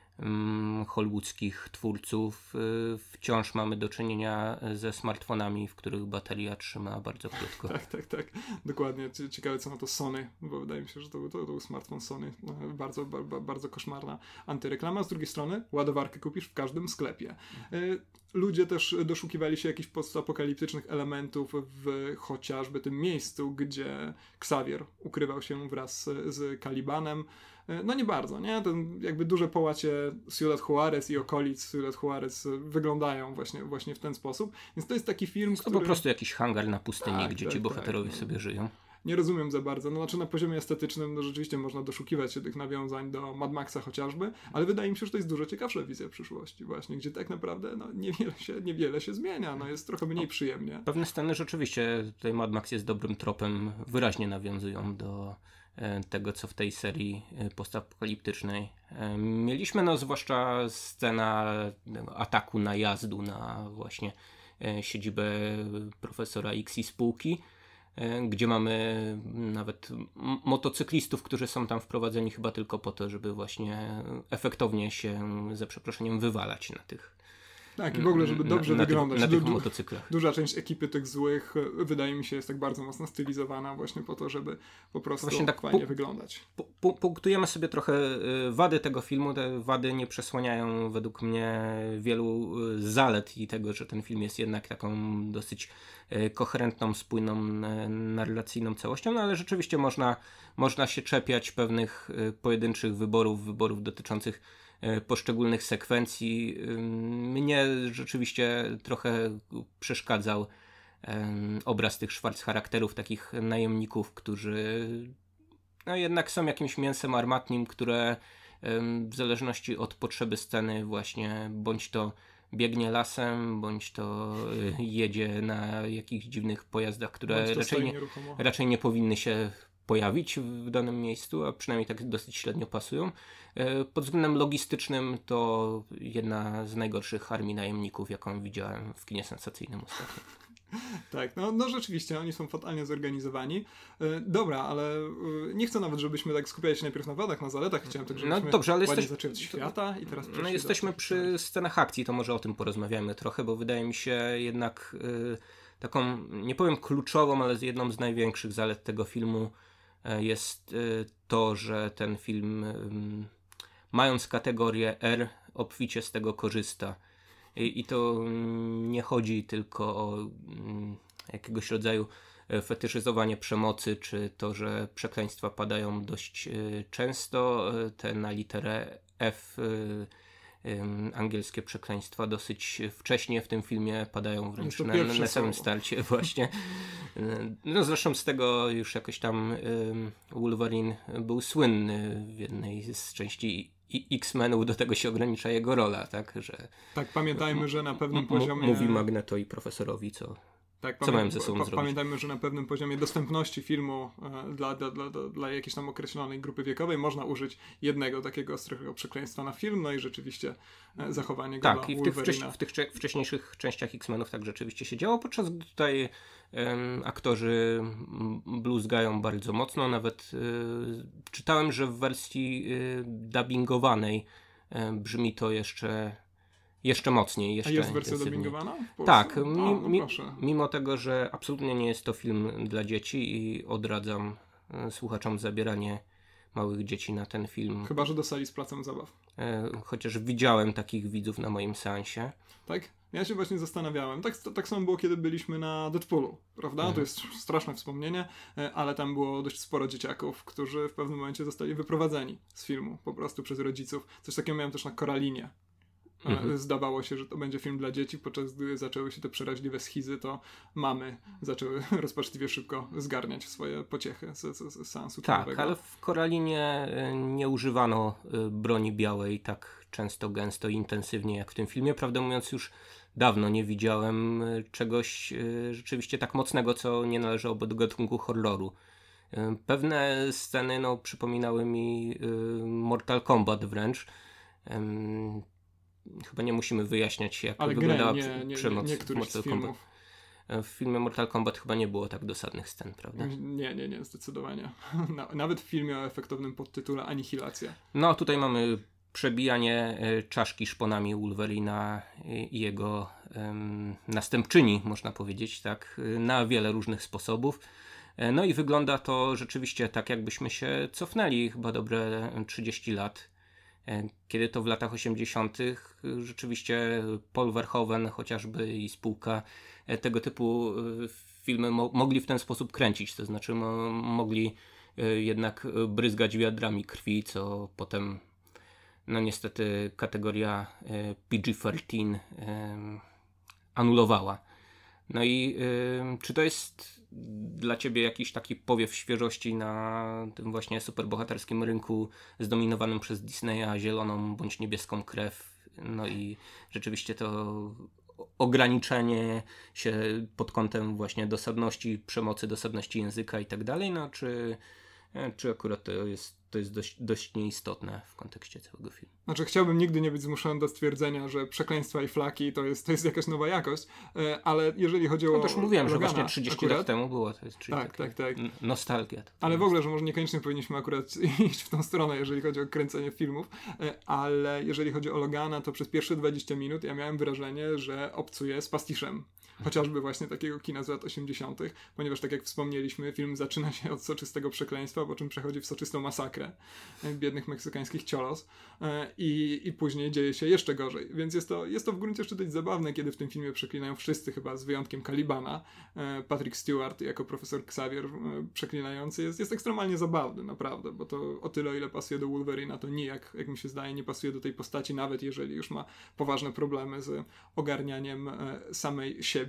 um, hollywoodzkich twórców y, wciąż mamy do czynienia ze smartfonami, w których bateria trzyma bardzo krótko. tak, tak, tak. Dokładnie. Ciekawe co na to Sony, bo wydaje mi się, że to, to, to był smartfon Sony. Bardzo, ba, bardzo koszmarna antyreklama. Z drugiej strony ładowarkę kupisz w każdym sklepie. Y, ludzie też doszukiwali się jakichś postapokaliptycznych elementów w chociażby tym miejscu, gdzie Xavier ukrywał się wraz z, z Calibanem. No nie bardzo, nie? Ten jakby duże połacie Ciudad Juarez i okolic Ciudad Juarez wyglądają właśnie, właśnie w ten sposób. Więc to jest taki film, jest który... to po prostu jakiś hangar na pustyni, tak, gdzie tak, ci bohaterowie tak. sobie żyją. nie rozumiem za bardzo. No znaczy na poziomie estetycznym no rzeczywiście można doszukiwać się tych nawiązań do Mad Maxa chociażby, ale wydaje mi się, że to jest dużo ciekawsza wizja przyszłości właśnie, gdzie tak naprawdę no, niewiele, się, niewiele się zmienia, no jest trochę mniej przyjemnie. Pewne sceny rzeczywiście, tutaj Mad Max jest dobrym tropem, wyraźnie nawiązują do tego, co w tej serii postapokaliptycznej mieliśmy, no zwłaszcza scena ataku najazdu na właśnie siedzibę profesora X i spółki, gdzie mamy nawet motocyklistów, którzy są tam wprowadzeni chyba tylko po to, żeby właśnie efektownie się, za przeproszeniem, wywalać na tych Tak, i w ogóle, żeby dobrze na, na wyglądać. Tych, na tych du- motocyklach. Duża część ekipy tych złych, wydaje mi się, jest tak bardzo mocno stylizowana właśnie po to, żeby po prostu Właśnie tak fajnie pu- wyglądać. Pu- pu- punktujemy sobie trochę wady tego filmu. Te wady nie przesłaniają według mnie wielu zalet i tego, że ten film jest jednak taką dosyć koherentną, spójną, narracyjną całością, no ale rzeczywiście można, można się czepiać pewnych pojedynczych wyborów, wyborów dotyczących poszczególnych sekwencji. Mnie rzeczywiście trochę przeszkadzał obraz tych Schwarz-charakterów, takich najemników, którzy no jednak są jakimś mięsem armatnim, które w zależności od potrzeby sceny właśnie bądź to biegnie lasem, bądź to jedzie na jakichś dziwnych pojazdach, które raczej nie, raczej nie powinny się pojawić w danym miejscu, a przynajmniej tak dosyć średnio pasują. Pod względem logistycznym to jedna z najgorszych armii najemników, jaką widziałem w kinie sensacyjnym ostatnio. Tak, no, no rzeczywiście, oni są fatalnie zorganizowani. Yy, dobra, ale yy, nie chcę nawet, żebyśmy tak skupiali się najpierw na wadach, na zaletach. Chciałem tak, żebyśmy no dobrze, ale ładnie jesteś... zaczęli od świata i teraz No jesteśmy do... przy scenach akcji, to może o tym porozmawiamy trochę, bo wydaje mi się jednak yy, taką, nie powiem kluczową, ale jedną z największych zalet tego filmu jest yy, to, że ten film yy, mając kategorię R, obficie z tego korzysta. I, i to nie chodzi tylko o mm, jakiegoś rodzaju fetyszyzowanie przemocy, czy to, że przekleństwa padają dość y, często. Te na literę F y, y, angielskie przekleństwa dosyć wcześnie w tym filmie padają wręcz na, na samym starcie właśnie. No zresztą z tego już jakoś tam y, Wolverine był słynny w jednej z części i X-Menów, do tego się ogranicza jego rola, tak, że... Tak, pamiętajmy, że na pewnym m- poziomie... Mówi Magneto i profesorowi, co... Tak, co pamię- mają ze sobą pa- zrobić. Pamiętajmy, że na pewnym poziomie dostępności filmu e, dla, dla, dla, dla jakiejś tam określonej grupy wiekowej można użyć jednego takiego ostrego przekleństwa na film, no i rzeczywiście e, zachowanie go tak, dla i w tych, Wolverina. wcześ- w tych cze- wcześniejszych częściach X-Menów tak rzeczywiście się działo, podczas gdy tutaj em, aktorzy m, bluzgają bardzo mocno, nawet y, czytałem, że w wersji y, dubbingowanej y, brzmi to jeszcze Jeszcze mocniej. Jeszcze A jest wersja dubbingowana w Polsce? Tak, mi, A, no mi, proszę. mimo tego, że absolutnie nie jest to film dla dzieci i odradzam e, słuchaczom zabieranie małych dzieci na ten film. Chyba że do sali z placem zabaw. E, chociaż widziałem takich widzów na moim seansie. Tak? Ja się właśnie zastanawiałem. Tak, tak samo było, kiedy byliśmy na Deadpoolu, prawda? Mhm. To jest straszne wspomnienie, ale tam było dość sporo dzieciaków, którzy w pewnym momencie zostali wyprowadzeni z filmu po prostu przez rodziców. Coś takiego miałem też na Koralinie. Mhm. Zdawało się, że to będzie film dla dzieci, podczas gdy zaczęły się te przeraźliwe schizy, to mamy zaczęły rozpaczliwie szybko zgarniać swoje pociechy z, z, z seansu Tak, filmowego. ale w Koralinie nie używano broni białej tak często, gęsto i intensywnie jak w tym filmie. Prawdę mówiąc, już dawno nie widziałem czegoś rzeczywiście tak mocnego, co nie należałoby do gatunku horroru. Pewne sceny no, przypominały mi Mortal Kombat wręcz. Chyba nie musimy wyjaśniać, jak ale wyglądała nie, nie, przemoc nie, w Mortal Kombat. Filmów. W filmie Mortal Kombat chyba nie było tak dosadnych scen, prawda? Nie, nie, nie, zdecydowanie. Nawet w filmie o efektownym podtytule Anihilacja. No, tutaj mamy przebijanie czaszki szponami Wolverina i jego um, następczyni, można powiedzieć, tak, na wiele różnych sposobów. No i wygląda to rzeczywiście tak, jakbyśmy się cofnęli chyba dobre trzydzieści lat. Kiedy to w latach osiemdziesiątych rzeczywiście Paul Verhoeven chociażby i spółka tego typu filmy mo- mogli w ten sposób kręcić, to znaczy mo- mogli jednak bryzgać wiadrami krwi, co potem no niestety kategoria P G trzynaście anulowała. No i y, czy to jest dla ciebie jakiś taki powiew świeżości na tym właśnie superbohaterskim rynku zdominowanym przez Disneya zieloną bądź niebieską krew. No i rzeczywiście to ograniczenie się pod kątem właśnie dosadności przemocy, dosadności języka i tak dalej, no czy, czy akurat to jest, to jest dość, dość nieistotne w kontekście całego filmu. Znaczy chciałbym nigdy nie być zmuszony do stwierdzenia, że przekleństwa i flaki to jest, to jest jakaś nowa jakość, ale jeżeli chodzi o No też mówiłem, Logana, że właśnie trzydzieści akurat, lat temu było to jest, czyli tak, tak, tak. n- nostalgia. Ale w ogóle, że może niekoniecznie powinniśmy akurat iść w tą stronę, jeżeli chodzi o kręcenie filmów, ale jeżeli chodzi o Logana, to przez pierwsze dwadzieścia minut ja miałem wrażenie, że obcuję z pastiszem. Chociażby właśnie takiego kina z lat osiemdziesiątych, ponieważ tak jak wspomnieliśmy, film zaczyna się od soczystego przekleństwa, po czym przechodzi w soczystą masakrę biednych meksykańskich ciolos i, i później dzieje się jeszcze gorzej. Więc jest to, jest to w gruncie rzeczy dość zabawne, kiedy w tym filmie przeklinają wszyscy, chyba z wyjątkiem Calibana. Patrick Stewart jako profesor Xavier przeklinający jest, jest ekstremalnie zabawny, naprawdę, bo to o tyle, o ile pasuje do Wolverina, to nijak, jak mi się zdaje, nie pasuje do tej postaci, nawet jeżeli już ma poważne problemy z ogarnianiem samej siebie.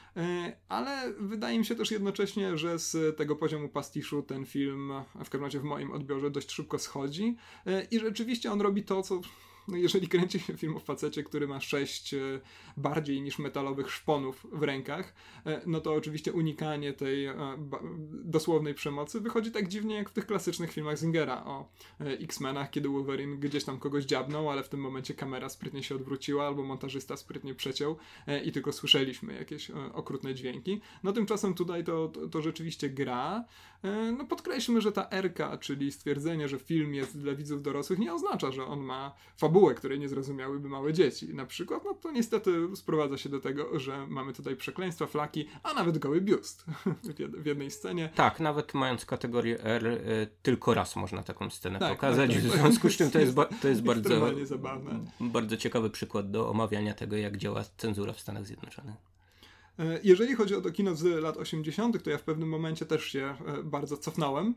Ale wydaje mi się też jednocześnie, że z tego poziomu pastiszu ten film, w każdym razie w moim odbiorze, dość szybko schodzi i rzeczywiście on robi to, co... No jeżeli kręci się film o facecie, który ma sześć e, bardziej niż metalowych szponów w rękach, e, no to oczywiście unikanie tej e, ba, dosłownej przemocy wychodzi tak dziwnie jak w tych klasycznych filmach Zingera o e, X-Menach, kiedy Wolverine gdzieś tam kogoś dziabnął, ale w tym momencie kamera sprytnie się odwróciła albo montażysta sprytnie przeciął e, i tylko słyszeliśmy jakieś e, okrutne dźwięki. No tymczasem tutaj to, to, to rzeczywiście gra. E, no podkreślmy, że ta erka, czyli stwierdzenie, że film jest dla widzów dorosłych, nie oznacza, że on ma fabułę, której nie zrozumiałyby małe dzieci. Na przykład, no to niestety sprowadza się do tego, że mamy tutaj przekleństwa, flaki, a nawet goły biust w jednej scenie. Tak, nawet mając kategorię R, y, tylko raz można taką scenę tak, pokazać. Tak, tak. W związku z czym to jest, ba- to jest bardzo, zabawne. bardzo ciekawy przykład do omawiania tego, jak działa cenzura w Stanach Zjednoczonych. Jeżeli chodzi o to kino z lat osiemdziesiątych, to ja w pewnym momencie też się bardzo cofnąłem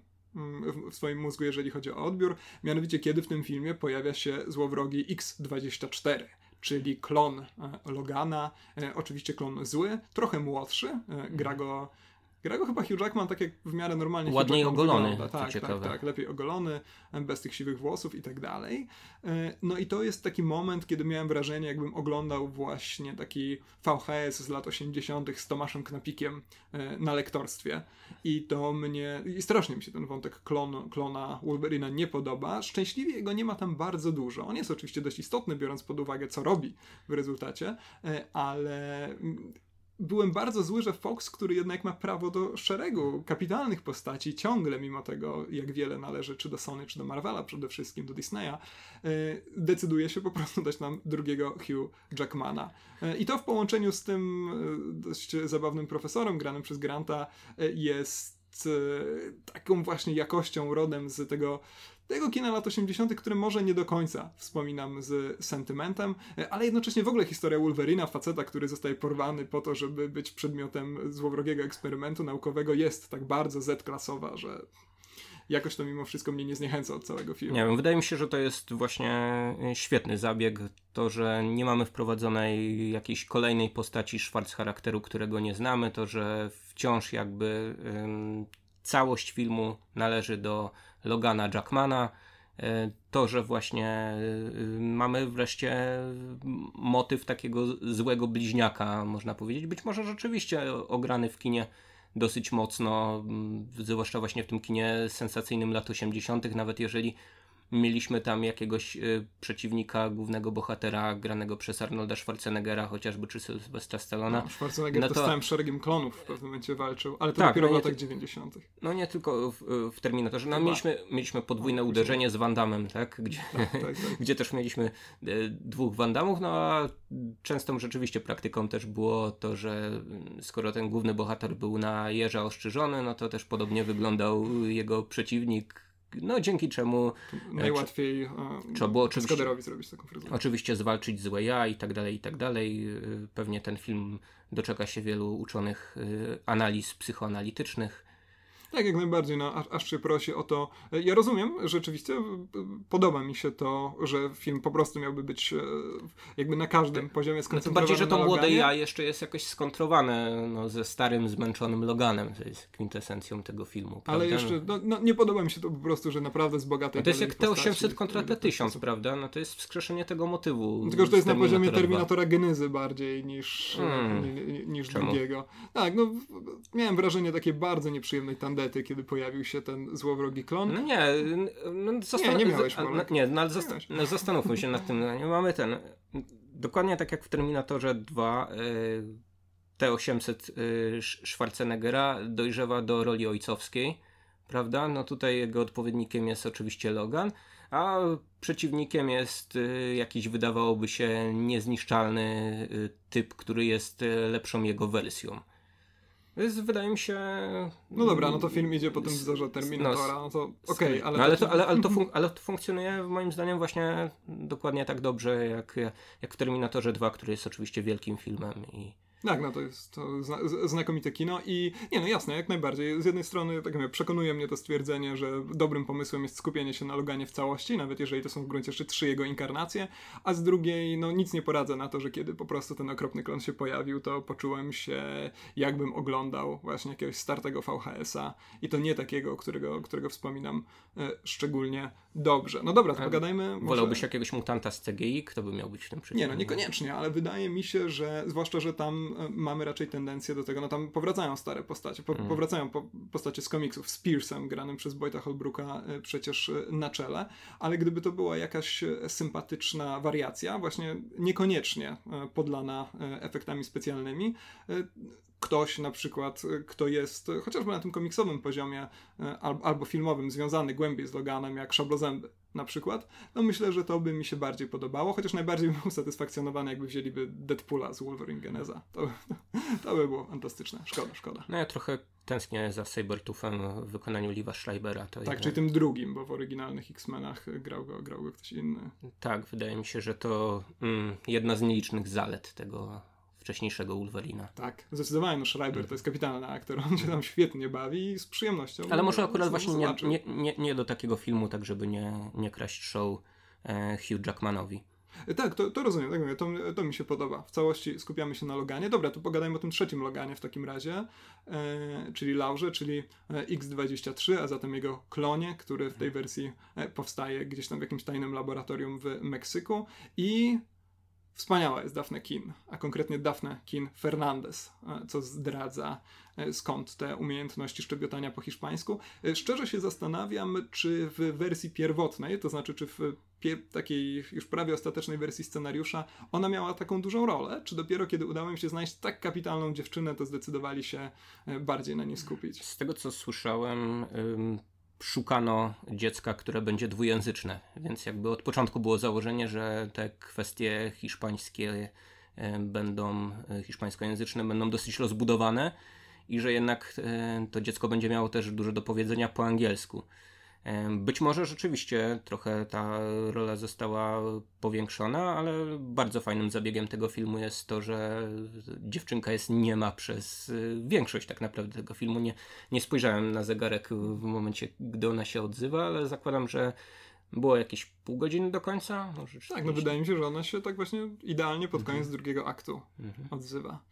w swoim mózgu, jeżeli chodzi o odbiór, mianowicie kiedy w tym filmie pojawia się złowrogi X dwadzieścia cztery, czyli klon Logana, oczywiście klon zły, trochę młodszy, gra go Gra go chyba Hugh Jackman tak jak w miarę normalnie. Ładniej ogolony, tak, tak, ciekawe. tak, lepiej ogolony, bez tych siwych włosów i tak dalej. No i to jest taki moment, kiedy miałem wrażenie, jakbym oglądał właśnie taki V H S z lat osiemdziesiątych z Tomaszem Knapikiem na lektorstwie. I to mnie, i strasznie mi się ten wątek klon, klona Wolverina nie podoba. Szczęśliwie jego nie ma tam bardzo dużo. On jest oczywiście dość istotny, biorąc pod uwagę, co robi w rezultacie, ale... Byłem bardzo zły, że Fox, który jednak ma prawo do szeregu kapitalnych postaci, ciągle mimo tego, jak wiele należy czy do Sony, czy do Marvela, przede wszystkim do Disneya, decyduje się po prostu dać nam drugiego Hugh Jackmana. I to w połączeniu z tym dość zabawnym profesorem granym przez Granta jest taką właśnie jakością, rodem z tego tego kina lat osiemdziesiątych, które może nie do końca wspominam z sentymentem, ale jednocześnie w ogóle historia Wolverina, faceta, który zostaje porwany po to, żeby być przedmiotem złowrogiego eksperymentu naukowego, jest tak bardzo Z-klasowa, że jakoś to mimo wszystko mnie nie zniechęca od całego filmu. Nie wiem, wydaje mi się, że to jest właśnie świetny zabieg, to, że nie mamy wprowadzonej jakiejś kolejnej postaci szwarc charakteru, którego nie znamy, to, że wciąż jakby ym, całość filmu należy do Logana Jackmana, to, że właśnie mamy wreszcie motyw takiego złego bliźniaka, można powiedzieć, być może rzeczywiście ograny w kinie dosyć mocno, zwłaszcza właśnie w tym kinie sensacyjnym lat osiemdziesiątych, nawet jeżeli mieliśmy tam jakiegoś y, przeciwnika, głównego bohatera granego przez Arnolda Schwarzeneggera chociażby, czy Sylwestra Stallona. No, Schwarzenegger no to z całym szeregiem klonów w pewnym momencie walczył, ale to tak, dopiero no w latach ty... dziewięćdziesiątych. No nie tylko w, w Terminatorze. No, mieliśmy, mieliśmy podwójne no, uderzenie z Van Damme, tak? Gdzie, tak, tak, tak. gdzie też mieliśmy e, dwóch Van Dammów, no a częstą rzeczywiście praktyką też było to, że skoro ten główny bohater był na jeża ostrzyżony, no to też podobnie wyglądał jego przeciwnik. No dzięki czemu najłatwiej e, trzeba było oczywiście, zrobić taką fryzurę. Oczywiście zwalczyć złe ja i tak dalej, i tak dalej. Pewnie ten film doczeka się wielu uczonych analiz psychoanalitycznych. Tak, jak najbardziej, no, aż, aż się prosi o to. Ja rozumiem, rzeczywiście podoba mi się to, że film po prostu miałby być jakby na każdym poziomie skoncentrowany. No to bardziej, że to na młode Loganie. ja jeszcze jest jakoś skontrowane no, ze starym, zmęczonym Loganem, to jest kwintesencją tego filmu. Ale prawda? jeszcze, no, no, nie podoba mi się to po prostu, że naprawdę z bogatej No to jest kolei jak T postaci, osiemset kontra T tysiąc, sposób. prawda? No to jest wskrzeszenie tego motywu. Tylko, że to jest na poziomie Terminatora Terminatora Genezy bardziej niż, Hmm. ni- niż Czemu? drugiego. Tak, no miałem wrażenie takiej bardzo nieprzyjemnej tandety, kiedy pojawił się ten złowrogi klon. No nie, no zastan- Nie, nie miałeś, za- no, Bolek. nie, no ale Nie zasta- miałeś. no, zastanówmy się nad tym. No, nie mamy ten. Dokładnie tak jak w Terminatorze dwa y, T osiemset y, Sch- Schwarzeneggera dojrzewa do roli ojcowskiej, prawda? No tutaj jego odpowiednikiem jest oczywiście Logan, a przeciwnikiem jest y, jakiś, wydawałoby się, niezniszczalny y, typ, który jest y, lepszą jego wersją. Więc wydaje mi się... No dobra, no to film idzie po tym wzorze Terminatora, no to okej, Okay, ale... no ale, taki- to, ale, ale, to fun- ale to funkcjonuje moim zdaniem właśnie dokładnie tak dobrze jak, jak w Terminatorze dwa, który jest oczywiście wielkim filmem i Tak, no to jest to zna- z- znakomite kino i nie no jasne, jak najbardziej. Z jednej strony tak jak mówię, przekonuje mnie to stwierdzenie, że dobrym pomysłem jest skupienie się na Loganie w całości, nawet jeżeli to są w gruncie rzeczy trzy jego inkarnacje, a z drugiej no nic nie poradzę na to, że kiedy po prostu ten okropny klon się pojawił, to poczułem się jakbym oglądał właśnie jakiegoś startego V H S-a i to nie takiego, którego, którego wspominam e, szczególnie dobrze. No dobra, to A pogadajmy. może- wolałbyś jakiegoś mutanta z C G I? Kto by miał być w tym Nie, przeciwnikiem? no niekoniecznie, ale wydaje mi się, że zwłaszcza, że tam e, mamy raczej tendencję do tego, no tam powracają stare postacie, po, Mm. powracają po, postacie z komiksów, z Pierce'em granym przez Boyda Holbrooka e, przecież e, na czele, ale gdyby to była jakaś e, sympatyczna wariacja, właśnie niekoniecznie e, podlana e, efektami specjalnymi, e, ktoś na przykład, e, kto jest e, chociażby na tym komiksowym poziomie e, al, albo filmowym związany głębiej z Loganem, jak Szablozęby na przykład, no myślę, że to by mi się bardziej podobało, chociaż najbardziej bym był satysfakcjonowany, jakby wzięliby Deadpoola z Wolverine Geneza. To, to by było fantastyczne. Szkoda, szkoda. No ja trochę tęsknię za Sabertoothem w wykonaniu Liva Schreibera. To Tak, jednak- czyli tym drugim, bo w oryginalnych X-Menach grał go, grał go ktoś inny. Tak, wydaje mi się, że to mm, jedna z nielicznych zalet tego wcześniejszego Wolverina. Tak, zdecydowanie, no Schreiber to jest kapitalny aktor, on się tam świetnie bawi i z przyjemnością. Ale może no, akurat znowu właśnie nie, zobaczył. nie, nie, nie do takiego filmu, tak żeby nie, nie kraść show e, Hugh Jackmanowi. Tak, to, to rozumiem, tak mówię, to, to mi się podoba. W całości skupiamy się na Loganie. Dobra, to pogadajmy o tym trzecim Loganie w takim razie, e, czyli Laurze, czyli X dwadzieścia trzy, a zatem jego klonie, który w tej wersji e, powstaje gdzieś tam w jakimś tajnym laboratorium w Meksyku i wspaniała jest Daphne Keane, a konkretnie Daphne Keane Fernandez, e, co zdradza e, skąd te umiejętności szczebiotania po hiszpańsku. E, Szczerze się zastanawiam, czy w wersji pierwotnej, to znaczy czy w pie- takiej już prawie ostatecznej wersji scenariusza ona miała taką dużą rolę, czy dopiero kiedy udało im się znaleźć tak kapitalną dziewczynę, to zdecydowali się e, bardziej na niej skupić. Z tego co słyszałem, ym, szukano dziecka, które będzie dwujęzyczne, więc jakby od początku było założenie, że te kwestie hiszpańskie y, będą, y, hiszpańskojęzyczne będą dosyć rozbudowane i że jednak y, to dziecko będzie miało też dużo do powiedzenia po angielsku. Y, Być może rzeczywiście trochę ta rola została powiększona, ale bardzo fajnym zabiegiem tego filmu jest to, że dziewczynka jest niema przez y, większość tak naprawdę tego filmu. Nie, nie spojrzałem na zegarek w momencie, gdy ona się odzywa, ale zakładam, że było jakieś pół godziny do końca. Może Tak, no czterdzieści. wydaje mi się, że ona się tak właśnie idealnie pod koniec Mhm. drugiego aktu Mhm. odzywa.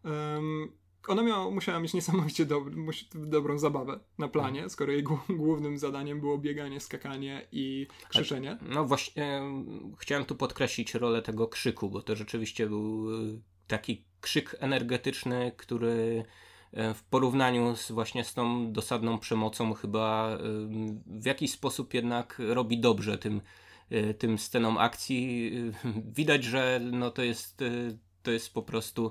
Um, ona miała, musiała mieć niesamowicie dobry, musi- dobrą zabawę na planie, skoro jej głó- głównym zadaniem było bieganie, skakanie i krzyczenie. No właśnie, em, chciałem tu podkreślić rolę tego krzyku, bo to rzeczywiście był y, taki krzyk energetyczny, który e, w porównaniu z właśnie z tą dosadną przemocą chyba ym, w jakiś sposób jednak robi dobrze tym, y, tym scenom akcji. Y, Widać, że no to jest, y, to jest po prostu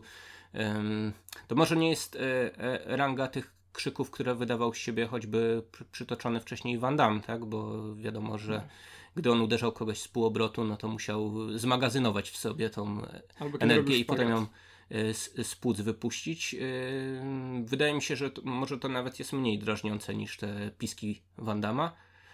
ym, to może nie jest e, e, ranga tych krzyków, które wydawał z siebie choćby przy, przytoczony wcześniej Van Damme, tak? Bo wiadomo, że gdy on uderzał kogoś z półobrotu, no to musiał zmagazynować w sobie tą Albo kiedy energię robił i potem ją szpagat. e, z, z płuc wypuścić. E, Wydaje mi się, że to, może to nawet jest mniej drażniące niż te piski Van Damma.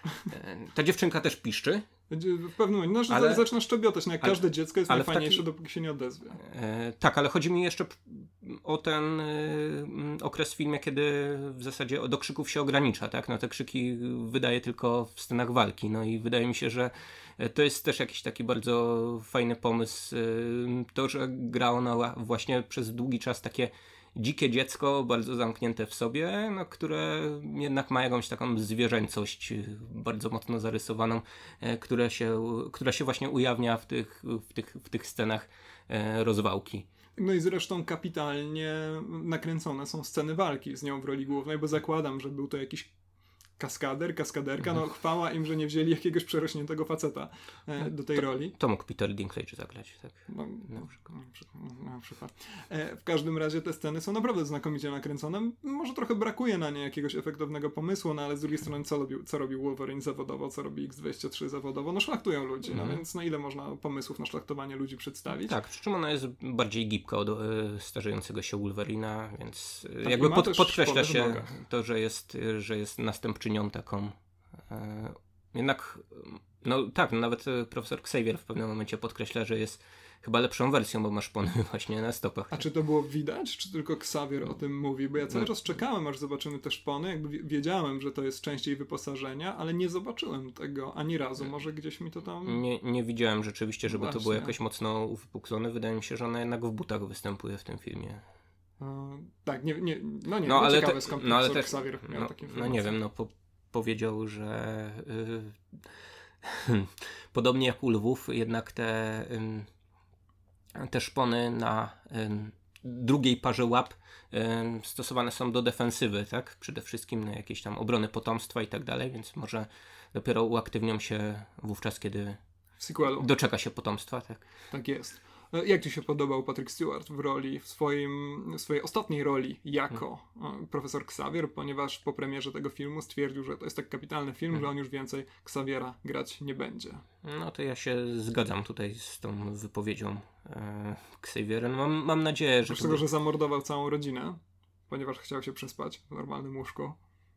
E, Ta dziewczynka też piszczy. Będzie w pewnym momencie, no, że Ale- za- zaczyna szczebiotać, no jak ale- każde dziecko jest ale w najfajniejsze, taki- dopóki się nie odezwie. E, tak, ale chodzi mi jeszcze p- o ten y, okres w filmie, kiedy w zasadzie do krzyków się ogranicza, tak? No te krzyki wydaje tylko w scenach walki, no i wydaje mi się, że to jest też jakiś taki bardzo fajny pomysł, y, to, że gra ona właśnie przez długi czas takie dzikie dziecko, bardzo zamknięte w sobie, no, które jednak ma jakąś taką zwierzęcość bardzo mocno zarysowaną, e, które się, która się właśnie ujawnia w tych, w tych, w tych scenach e, rozwałki. No i zresztą kapitalnie nakręcone są sceny walki z nią w roli głównej, bo zakładam, że był to jakiś kaskader, kaskaderka, no chwała im, że nie wzięli jakiegoś przerośniętego faceta e, do tej to, roli. To mógł Peter Dinklage zagrać, tak? No, na przykład. Na przykład, na przykład. E, w każdym razie te sceny są naprawdę znakomicie nakręcone. Może trochę brakuje na nie jakiegoś efektownego pomysłu, no ale z drugiej strony co, robił, co robił Wolverine zawodowo, co robi X dwadzieścia trzy zawodowo? No szlachtują ludzi, mm. no więc na ile można pomysłów na szlachtowanie ludzi przedstawić? Tak, przy czym ona jest bardziej gibka od e, starzejącego się Wolverina, więc e, tak, jakby pod, podkreśla się nogach. to, że jest, że jest następczynią taką. E, jednak, no tak, nawet profesor Xavier w pewnym momencie podkreśla, że jest chyba lepszą wersją, bo ma szpony właśnie na stopach. A czy to było widać, czy tylko Xavier o tym mówi? Bo ja cały no. czas czekałem, aż zobaczymy te szpony, jakby wiedziałem, że to jest część jej wyposażenia, ale nie zobaczyłem tego ani razu. Może gdzieś mi to tam... Nie, nie widziałem rzeczywiście, żeby Właśnie. to było jakoś mocno uwypuklone. Wydaje mi się, że ona jednak w butach występuje w tym filmie. Uh, tak, nie, nie, no nie, no, ale ciekawe te, skąd no, ale profesor te, Xavier miał no, takie no nie wiem, no po, powiedział, że yy, podobnie jak u lwów, jednak te, yy, te szpony na yy, drugiej parze łap yy, stosowane są do defensywy, tak? Przede wszystkim na jakieś tam obrony potomstwa i tak dalej, więc może dopiero uaktywnią się wówczas, kiedy w sequelu doczeka się potomstwa, tak? Tak jest. Jak ci się podobał Patrick Stewart w roli, w, swoim, w swojej ostatniej roli jako hmm. profesor Xavier, ponieważ po premierze tego filmu stwierdził, że to jest tak kapitalny film, hmm. że on już więcej Xaviera grać nie będzie. No to ja się zgadzam tutaj z tą wypowiedzią e, Xaviera. Mam, mam nadzieję, że... Oprócz tego, że zamordował całą rodzinę, ponieważ chciał się przespać w normalnym łóżku.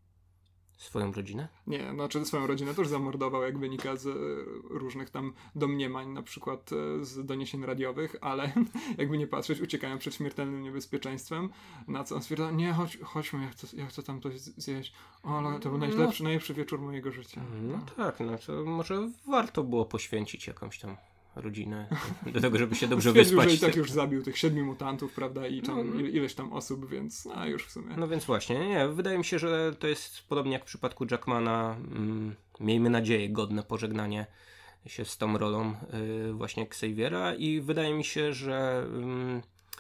Swoją rodzinę? Nie, znaczy swoją rodzinę też zamordował, jak wynika z różnych tam domniemań, na przykład z doniesień radiowych, ale jakby nie patrzeć, uciekają przed śmiertelnym niebezpieczeństwem, na co on stwierdza, nie, chodź, chodźmy, ja chcę, ja chcę tam coś zjeść. O, ale to był najlepszy, no, najlepszy wieczór mojego życia. No, no tak, no to może warto było poświęcić jakąś tam rodzinę do tego, żeby się dobrze Stwierdził, wyspać. że i tak już zabił tych siedmiu mutantów, prawda, i tam no, ileś tam osób, więc no już w sumie. No więc właśnie, nie, wydaje mi się, że to jest podobnie jak w przypadku Jackmana, mm, miejmy nadzieję, godne pożegnanie się z tą rolą y, właśnie Xaviera i wydaje mi się, że y,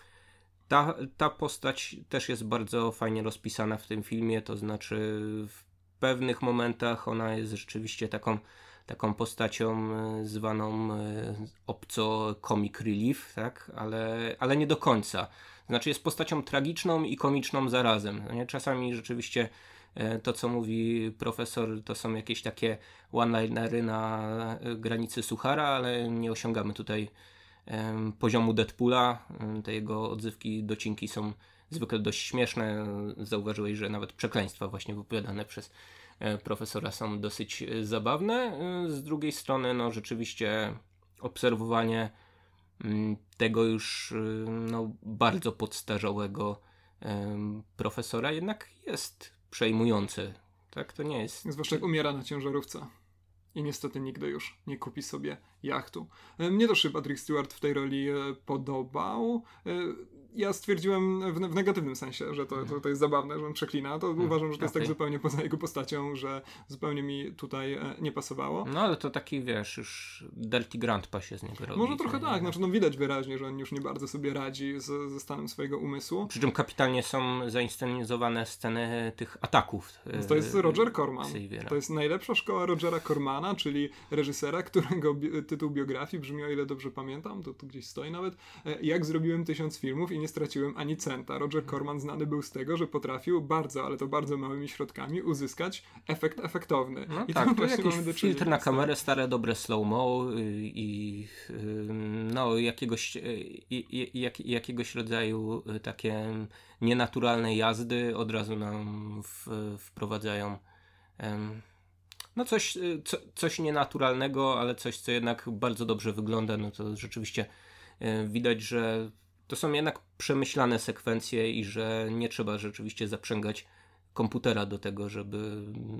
ta, ta postać też jest bardzo fajnie rozpisana w tym filmie, to znaczy w pewnych momentach ona jest rzeczywiście taką taką postacią y, zwaną y, obco comic relief, tak? ale, ale nie do końca. Znaczy jest postacią tragiczną i komiczną zarazem. Nie? Czasami rzeczywiście y, to, co mówi profesor, to są jakieś takie one-linery na y, granicy suchara, ale nie osiągamy tutaj y, poziomu Deadpoola. Y, te jego odzywki, docinki są zwykle dość śmieszne. Zauważyłeś, że nawet przekleństwa właśnie wypowiadane przez profesora są dosyć zabawne. Z drugiej strony, no rzeczywiście obserwowanie tego już no, bardzo podstarzałego profesora jednak jest przejmujące. Tak, to nie jest... Zwłaszcza jak umiera na ciężarówce. I niestety nigdy już nie kupi sobie jachtu. Mnie też się Patrick Stewart w tej roli podobał. Ja stwierdziłem w, w negatywnym sensie, że to, to, to jest zabawne, że on przeklina. To hmm, uważam, że to jest okay. tak zupełnie poza jego postacią, że zupełnie mi tutaj nie pasowało. No ale to taki, wiesz, już Dirty Grandpa się z niego robi. Może trochę tak, znaczy no widać wyraźnie, że on już nie bardzo sobie radzi z, ze stanem swojego umysłu. Przy czym kapitalnie są zainscenizowane sceny tych ataków. To jest Roger Corman. Xaviera. To jest najlepsza szkoła Rogera Cormana, czyli reżysera, którego bi- tytuł biografii brzmi, o ile dobrze pamiętam, to tu gdzieś stoi nawet, jak zrobiłem tysiąc filmów i nie straciłem ani centa. Roger Corman znany był z tego, że potrafił bardzo, ale to bardzo małymi środkami uzyskać efekt efektowny. No I tak, to jakiś filtr na kamerę, stare dobre slow-mo i no jakiegoś, i, jak, jakiegoś rodzaju takie nienaturalne jazdy od razu nam w, wprowadzają um, no coś, co, coś nienaturalnego, ale coś, co jednak bardzo dobrze wygląda. No to rzeczywiście widać, że to są jednak przemyślane sekwencje i że nie trzeba rzeczywiście zaprzęgać komputera do tego, żeby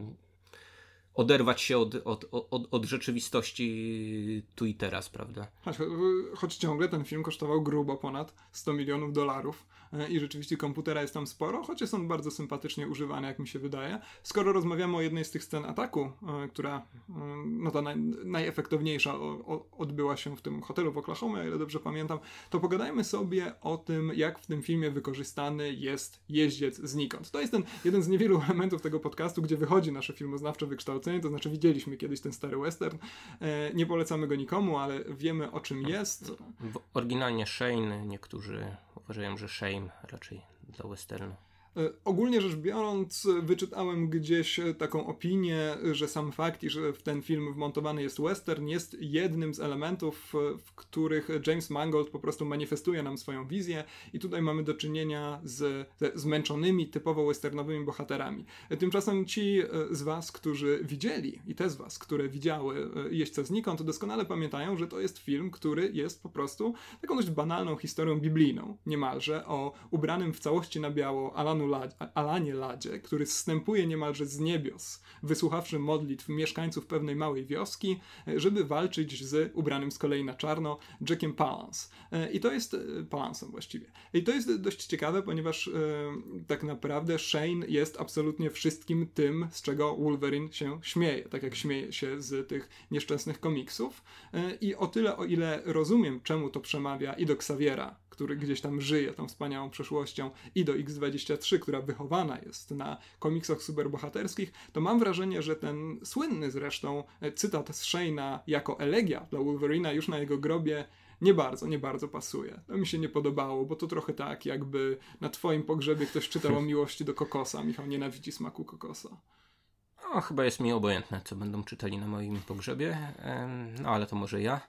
oderwać się od, od, od, od rzeczywistości tu i teraz, prawda? Choć, choć ciągle ten film kosztował grubo ponad sto milionów dolarów i rzeczywiście komputera jest tam sporo, choć jest on bardzo sympatycznie używany, jak mi się wydaje. Skoro rozmawiamy o jednej z tych scen ataku, która no ta naj, najefektowniejsza o, o, odbyła się w tym hotelu w Oklahoma, o ile dobrze pamiętam, to pogadajmy sobie o tym, jak w tym filmie wykorzystany jest jeździec znikąd. To jest ten jeden z niewielu elementów tego podcastu, gdzie wychodzi nasze filmoznawcze wykształcenie, to znaczy widzieliśmy kiedyś ten stary western. Nie polecamy go nikomu, ale wiemy, o czym jest. Oryginalnie Shane, niektórzy uważają, że Shame raczej dla westernu. Ogólnie rzecz biorąc, wyczytałem gdzieś taką opinię, że sam fakt, iż w ten film wmontowany jest western, jest jednym z elementów, w których James Mangold po prostu manifestuje nam swoją wizję i tutaj mamy do czynienia z, ze zmęczonymi, typowo westernowymi bohaterami. Tymczasem ci z was, którzy widzieli, i te z was, które widziały Jeźdźca znikąd, doskonale pamiętają, że to jest film, który jest po prostu taką dość banalną historią biblijną, niemalże, o ubranym w całości na biało Alanu Ladzie, Alanie Ladzie, który zstępuje niemalże z niebios, wysłuchawszy modlitw mieszkańców pewnej małej wioski, żeby walczyć z ubranym z kolei na czarno Jackiem Palance. I to jest Palancem właściwie. I to jest dość ciekawe, ponieważ e, tak naprawdę Shane jest absolutnie wszystkim tym, z czego Wolverine się śmieje, tak jak śmieje się z tych nieszczęsnych komiksów. E, I o tyle, o ile rozumiem, czemu to przemawia i do Xaviera, który gdzieś tam żyje tą wspaniałą przeszłością, i do X dwadzieścia trzy, która wychowana jest na komiksach superbohaterskich, to mam wrażenie, że ten słynny zresztą cytat z Shane'a jako elegia dla Wolverina już na jego grobie nie bardzo, nie bardzo pasuje. To mi się nie podobało, bo to trochę tak, jakby na twoim pogrzebie ktoś czytał o miłości do kokosa. Michał nienawidzi smaku kokosa. No, chyba jest mi obojętne, co będą czytali na moim pogrzebie, no ale to może ja.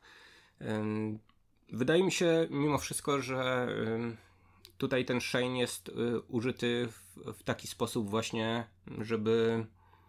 Wydaje mi się mimo wszystko, że tutaj ten Shane jest użyty w, w taki sposób właśnie, żeby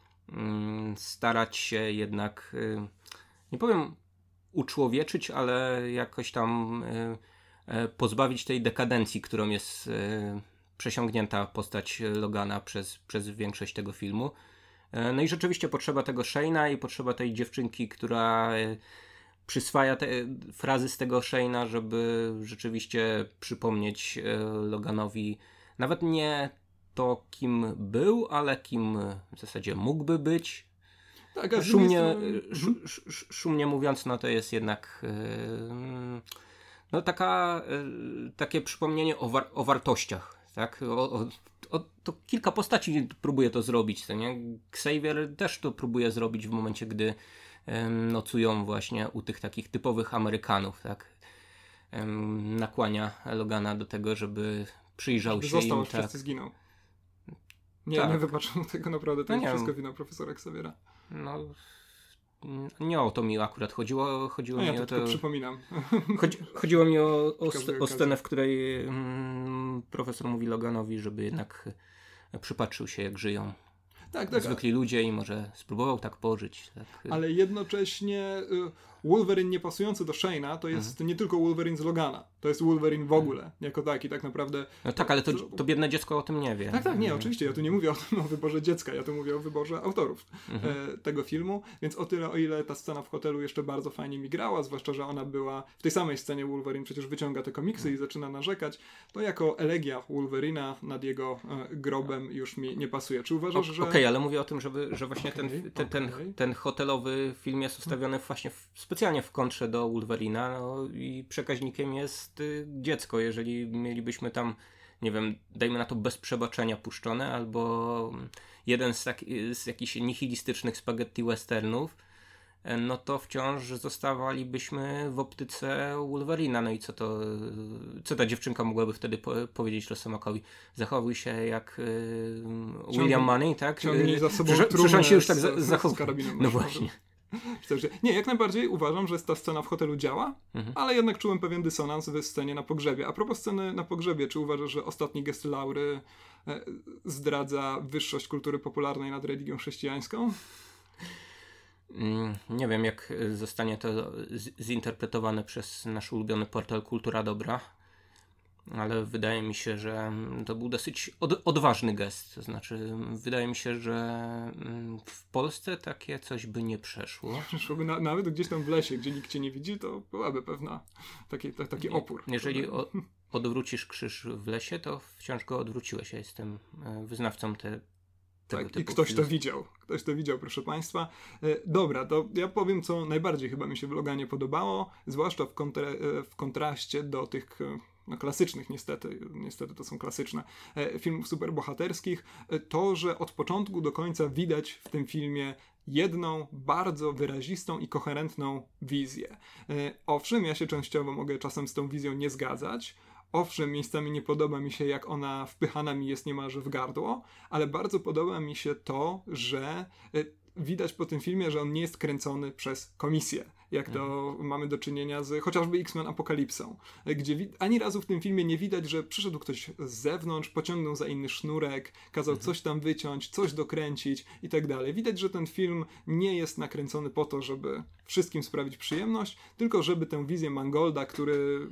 starać się jednak, nie powiem uczłowieczyć, ale jakoś tam pozbawić tej dekadencji, którą jest przesiągnięta postać Logana przez, przez większość tego filmu. No i rzeczywiście potrzeba tego Shane'a i potrzeba tej dziewczynki, która przyswaja te frazy z tego Shane'a, żeby rzeczywiście przypomnieć Loganowi nawet nie to, kim był, ale kim w zasadzie mógłby być. Tak, a szumnie, sz, sz, szumnie mówiąc, no to jest jednak no taka, takie przypomnienie o, war, o wartościach. Tak? O, o, o, to kilka postaci próbuje to zrobić. To nie? Xavier też to próbuje zrobić w momencie, gdy nocują właśnie u tych takich typowych Amerykanów, tak? Nakłania Logana do tego, żeby przyjrzał żeby się został, im. Został, tak. wszyscy zginą. Nie, tak. nie wybaczam tego, naprawdę, to no jest nie wszystko wina profesora Xaviera. No, nie o to mi akurat chodziło. chodziło no ja mi to o to tylko przypominam. Chodzi, chodziło mi o, o, st- o okazji. scenę, w której mm, profesor mówi Loganowi, żeby jednak przypatrzył się, jak żyją tak, tak, zwykli ludzie i może spróbował tak pożyć. Tak. Ale jednocześnie Wolverine niepasujący do Shane'a to jest mhm. nie tylko Wolverine z Logana, to jest Wolverine w ogóle, jako taki, tak naprawdę. No tak, ale to, to biedne dziecko o tym nie wie. Tak, tak, nie, oczywiście, ja tu nie mówię o tym o wyborze dziecka, ja tu mówię o wyborze autorów mhm. e, tego filmu, więc o tyle, o ile ta scena w hotelu jeszcze bardzo fajnie mi grała, zwłaszcza, że ona była w tej samej scenie, Wolverine przecież wyciąga te komiksy mhm. i zaczyna narzekać, to jako elegia Wolverina nad jego e, grobem już mi nie pasuje. Czy uważasz, o, że... Okej, okay, ale mówię o tym, żeby, że właśnie okay, ten, ten, ten, okay. ten hotelowy film jest ustawiony właśnie w, specjalnie w kontrze do Wolverina, no i przekaźnikiem jest y, dziecko. Jeżeli mielibyśmy tam, nie wiem, dajmy na to bez przebaczenia puszczone, albo jeden z, tak, z jakichś nihilistycznych spaghetti westernów, no to wciąż zostawalibyśmy w optyce Wolverina. No i co to, co ta dziewczynka mogłaby wtedy po, powiedzieć Rosomaczowi? Zachowuj się jak y, William Money, tak? Ciągnij za sobą Przecież, trumnę on się już tak z, zachował. z karabinem. No właśnie. Nie, jak najbardziej uważam, że ta scena w hotelu działa, mhm. ale jednak czułem pewien dysonans w scenie na pogrzebie. A propos sceny na pogrzebie, czy uważasz, że ostatni gest Laury e, zdradza wyższość kultury popularnej nad religią chrześcijańską? Mm, nie wiem, jak zostanie to z- zinterpretowane przez nasz ulubiony portal Kultura Dobra, ale wydaje mi się, że to był dosyć od, odważny gest. To znaczy, wydaje mi się, że w Polsce takie coś by nie przeszło. Przeszłoby na, nawet gdzieś tam w lesie, gdzie nikt cię nie widzi, to byłaby pewna taki, t- taki opór. Jeżeli o, odwrócisz krzyż w lesie, to wciąż go odwróciłeś. Ja jestem wyznawcą te, tego tak, typu i ktoś filmów. to widział. Ktoś to widział, proszę Państwa. E, dobra, to ja powiem, co najbardziej chyba mi się w Loganie podobało, zwłaszcza w, kontra, e, w kontraście do tych e, no, klasycznych, niestety, niestety to są klasyczne, e, filmów superbohaterskich, e, to, że od początku do końca widać w tym filmie jedną bardzo wyrazistą i koherentną wizję. E, owszem, ja się częściowo mogę czasem z tą wizją nie zgadzać. Owszem, miejscami nie podoba mi się, jak ona wpychana mi jest niemalże w gardło, ale bardzo podoba mi się to, że y, widać po tym filmie, że on nie jest kręcony przez komisję, jak to mhm. mamy do czynienia z chociażby X-Men Apokalipsą, gdzie wi- ani razu w tym filmie nie widać, że przyszedł ktoś z zewnątrz, pociągnął za inny sznurek, kazał mhm. coś tam wyciąć, coś dokręcić i tak dalej. Widać, że ten film nie jest nakręcony po to, żeby wszystkim sprawić przyjemność, tylko żeby tę wizję Mangolda, który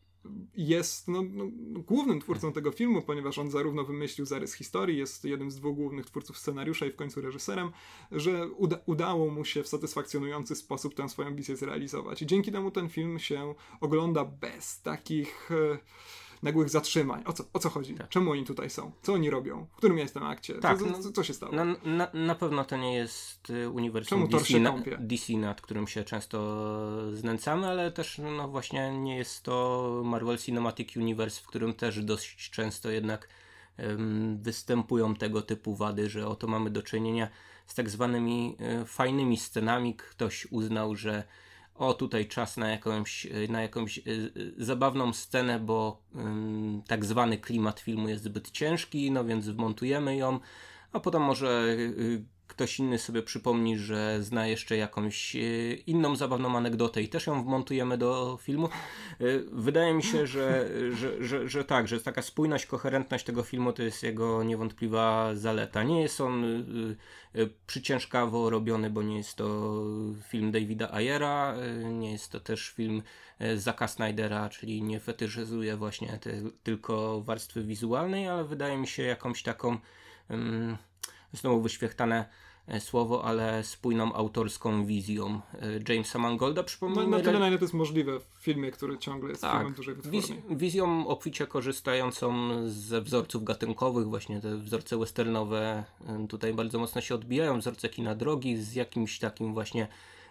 jest no, no, głównym twórcą tego filmu, ponieważ on zarówno wymyślił zarys historii, jest jednym z dwóch głównych twórców scenariusza i w końcu reżyserem, że uda- udało mu się w satysfakcjonujący sposób tę swoją wizję zrealizować. I dzięki temu ten film się ogląda bez takich e, nagłych zatrzymań. O co, o co chodzi? Tak. Czemu oni tutaj są? Co oni robią? W którym ja jestem akcie? Tak, co, no, co, co się stało? No, na, na pewno to nie jest uniwersum D C, na, D C, nad którym się często znęcamy, ale też no właśnie nie jest to Marvel Cinematic Universe, w którym też dość często jednak um, występują tego typu wady, że oto mamy do czynienia z tak zwanymi e, fajnymi scenami. Ktoś uznał, że o, tutaj czas na jakąś, na jakąś y, y, zabawną scenę, bo y, tak zwany klimat filmu jest zbyt ciężki, no więc wmontujemy ją, a potem może y, ktoś inny sobie przypomni, że zna jeszcze jakąś y, inną zabawną anegdotę i też ją wmontujemy do filmu. Y, wydaje mi się, że, że, że, że tak, że taka spójność, koherentność tego filmu to jest jego niewątpliwa zaleta. Nie jest on y, y, przyciężkawo robiony, bo nie jest to film Davida Ayera, y, nie jest to też film y, Zacka Snydera, czyli nie fetyszyzuje właśnie te, tylko warstwy wizualnej, ale wydaje mi się jakąś taką y, znowu wyświechtane słowo, ale spójną autorską wizją Jamesa Mangolda. Przypomnijmy, no, na tyle, na ile to jest możliwe w filmie, który ciągle jest tak, filmem dużej wytwórni. Wiz- wizją obficie korzystającą ze wzorców gatunkowych, właśnie te wzorce westernowe tutaj bardzo mocno się odbijają, wzorce kina drogi z jakimś takim właśnie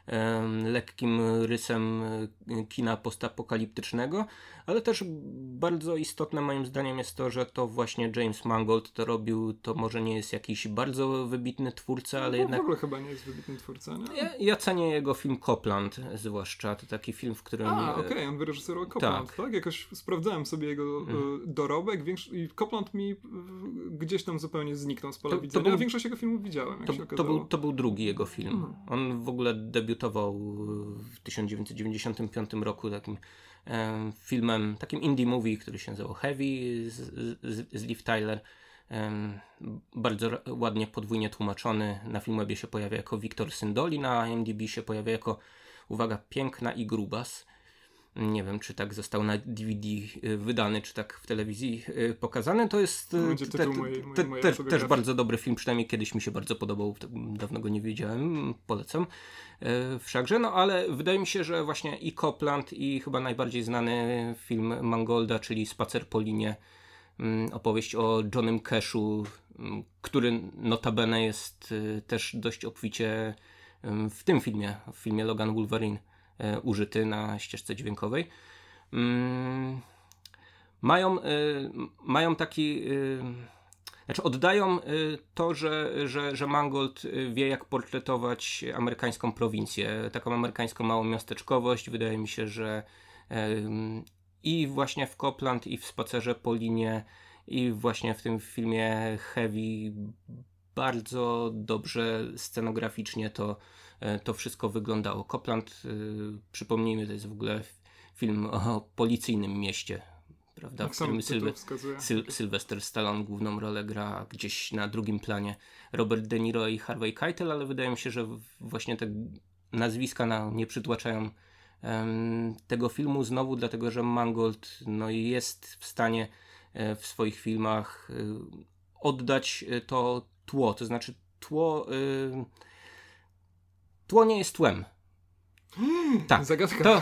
lekkim rysem kina postapokaliptycznego, ale też bardzo istotne moim zdaniem jest to, że to właśnie James Mangold to robił, to może nie jest jakiś bardzo wybitny twórca, ale no, jednak... w ogóle chyba nie jest wybitny twórca, nie? Ja, ja cenię jego film Copland zwłaszcza, to taki film, w którym... A, okej, okay. on wyreżyserował Copland, tak. tak? Jakoś sprawdzałem sobie jego mm. dorobek większy... i Copland mi gdzieś tam zupełnie zniknął z pola to, widzenia, to był... a większość jego filmów widziałem, jak to, się to, był, to był drugi jego film. Mm. On w ogóle debiutował w tysiąc dziewięćset dziewięćdziesiątym piątym roku takim e, filmem, takim indie movie, który się nazywał Heavy z, z, z Liv Tyler. E, bardzo ładnie podwójnie tłumaczony. Na Filmwebie się pojawia jako Wiktor Syndoli, na I M D B się pojawia jako, uwaga, Piękna i Grubas. Nie wiem, czy tak został na D V D wydany, czy tak w telewizji pokazany. To jest te, te, mojej, mojej, te, mojej też, też bardzo dobry film, przynajmniej kiedyś mi się bardzo podobał, dawno go nie widziałem, polecam wszakże. No ale wydaje mi się, że właśnie i Copland, i chyba najbardziej znany film Mangolda, czyli Spacer po linie, opowieść o Johnnym Cashu, który notabene jest też dość obficie w tym filmie, w filmie Logan Wolverine użyty na ścieżce dźwiękowej. Mm, mają, y, mają taki... Y, znaczy oddają y, to, że, że, że Mangold wie, jak portretować amerykańską prowincję, taką amerykańską małą miasteczkowość. Wydaje mi się, że y, i właśnie w Copland, i w Spacerze po linie, i właśnie w tym filmie Heavy bardzo dobrze scenograficznie to to wszystko wyglądało. Copland, yy, przypomnijmy, to jest w ogóle film o policyjnym mieście, prawda, tak, w którym Sylwe- Syl- Sylvester Stallone główną rolę gra, gdzieś na drugim planie Robert De Niro i Harvey Keitel, ale wydaje mi się, że właśnie te nazwiska na, nie przytłaczają em, tego filmu znowu, dlatego że Mangold no, jest w stanie e, w swoich filmach e, oddać to tło, to znaczy tło e, tło nie jest tłem. Tak, Zagadka. To,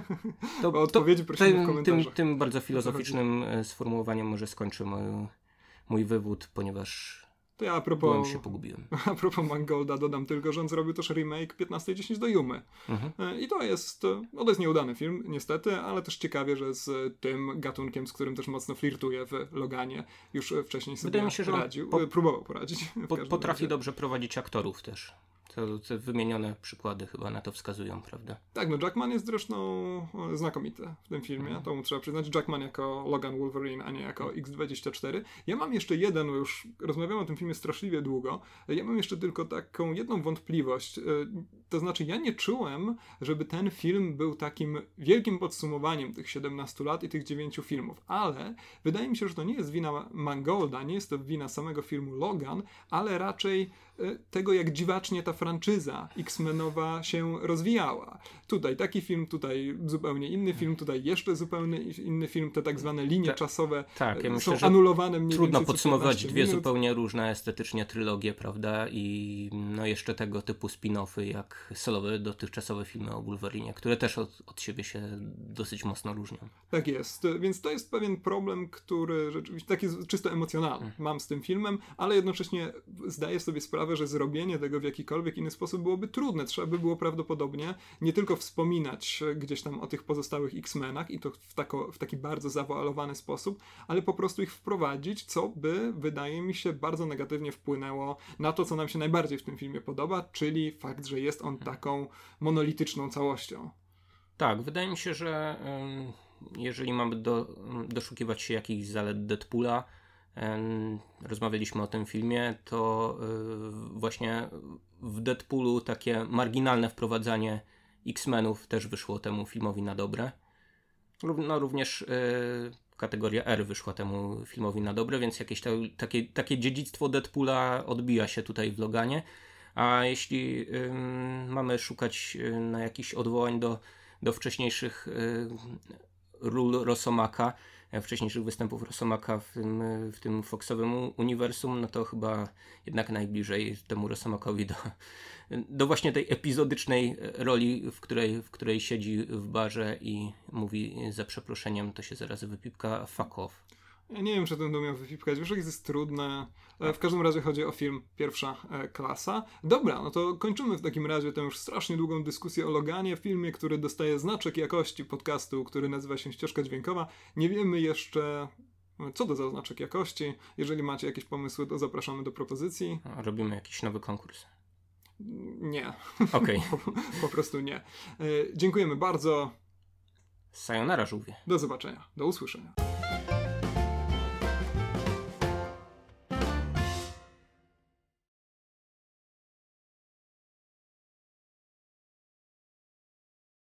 to, o odpowiedzi prosimy tym, w komentarzach. Tym, tym bardzo filozoficznym sformułowaniem może skończę mój, mój wywód, ponieważ To ja a byłem propos, się pogubiłem. a propos Mangolda dodam tylko, że on zrobił też remake piętnaście dziesięć do Jumy. Mhm. I to jest, no to jest nieudany film, niestety, ale też ciekawie, że z tym gatunkiem, z którym też mocno flirtuje w Loganie, już wcześniej sobie Wydaje mi się, że on radził, po- próbował poradzić. w Po, każdym potrafi razie. dobrze prowadzić aktorów też. To, te wymienione przykłady chyba na to wskazują, prawda? Tak, no Jackman jest zresztą e, znakomity w tym filmie, Mhm. to mu trzeba przyznać. Jackman jako Logan Wolverine, a nie jako X dwadzieścia cztery. Ja mam jeszcze jeden, bo już rozmawiamy o tym filmie straszliwie długo, ja mam jeszcze tylko taką jedną wątpliwość. E, To znaczy, ja nie czułem, żeby ten film był takim wielkim podsumowaniem tych siedemnastu lat i tych dziewięciu filmów, ale wydaje mi się, że to nie jest wina Mangolda, nie jest to wina samego filmu Logan, ale raczej e, tego, jak dziwacznie ta franczyza X-Menowa się rozwijała. Tutaj taki film, tutaj zupełnie inny film, tutaj jeszcze zupełnie inny film, te tak zwane linie Ta- czasowe tak, ja e, myślę, są że anulowane mniej Trudno więcej co podsumować piętnaście dwie minut. zupełnie różne estetycznie trylogie, prawda? I no jeszcze tego typu spin-offy, jak solowe, dotychczasowe filmy o Wolverinie, które też od, od siebie się dosyć mocno różnią. Tak jest, więc to jest pewien problem, który rzeczywiście taki czysto emocjonalny mam z tym filmem, ale jednocześnie zdaję sobie sprawę, że zrobienie tego w jakikolwiek inny sposób byłoby trudne. Trzeba by było prawdopodobnie nie tylko wspominać gdzieś tam o tych pozostałych X-Menach i to w, tako, w taki bardzo zawoalowany sposób, ale po prostu ich wprowadzić, co by, wydaje mi się, bardzo negatywnie wpłynęło na to, co nam się najbardziej w tym filmie podoba, czyli fakt, że jest on taką monolityczną całością. Tak, wydaje mi się, że ym, jeżeli mamy do, doszukiwać się jakichś zalet Deadpoola, ym, rozmawialiśmy o tym filmie, to y, właśnie w Deadpoolu takie marginalne wprowadzanie X-Menów też wyszło temu filmowi na dobre. Ró- No również y, kategoria R wyszła temu filmowi na dobre, więc jakieś ta, takie, takie dziedzictwo Deadpoola odbija się tutaj w Loganie. A jeśli ym, mamy szukać y, na jakichś odwołań do, do wcześniejszych y, ról Rosomaka, e, wcześniejszych występów Rosomaka w tym, y, w tym Foxowym u- uniwersum, no to chyba jednak najbliżej temu Rosomakowi do, do właśnie tej epizodycznej roli, w której, w której siedzi w barze i mówi za przeproszeniem, to się zaraz wypipka, fuck off. Ja nie wiem, czy ten umiał wypipkać, wiesz, jak jest trudne. E, W każdym razie chodzi o film Pierwsza e, klasa. Dobra, no to kończymy w takim razie tę już strasznie długą dyskusję o Loganie, filmie, który dostaje znaczek jakości podcastu, który nazywa się Ścieżka Dźwiękowa. Nie wiemy jeszcze, co to za znaczek jakości. Jeżeli macie jakieś pomysły, to zapraszamy do propozycji. Robimy jakiś nowy konkurs. Nie. Okej. po, po prostu nie. E, Dziękujemy bardzo. Sayonara, żółwie. Do zobaczenia. Do usłyszenia.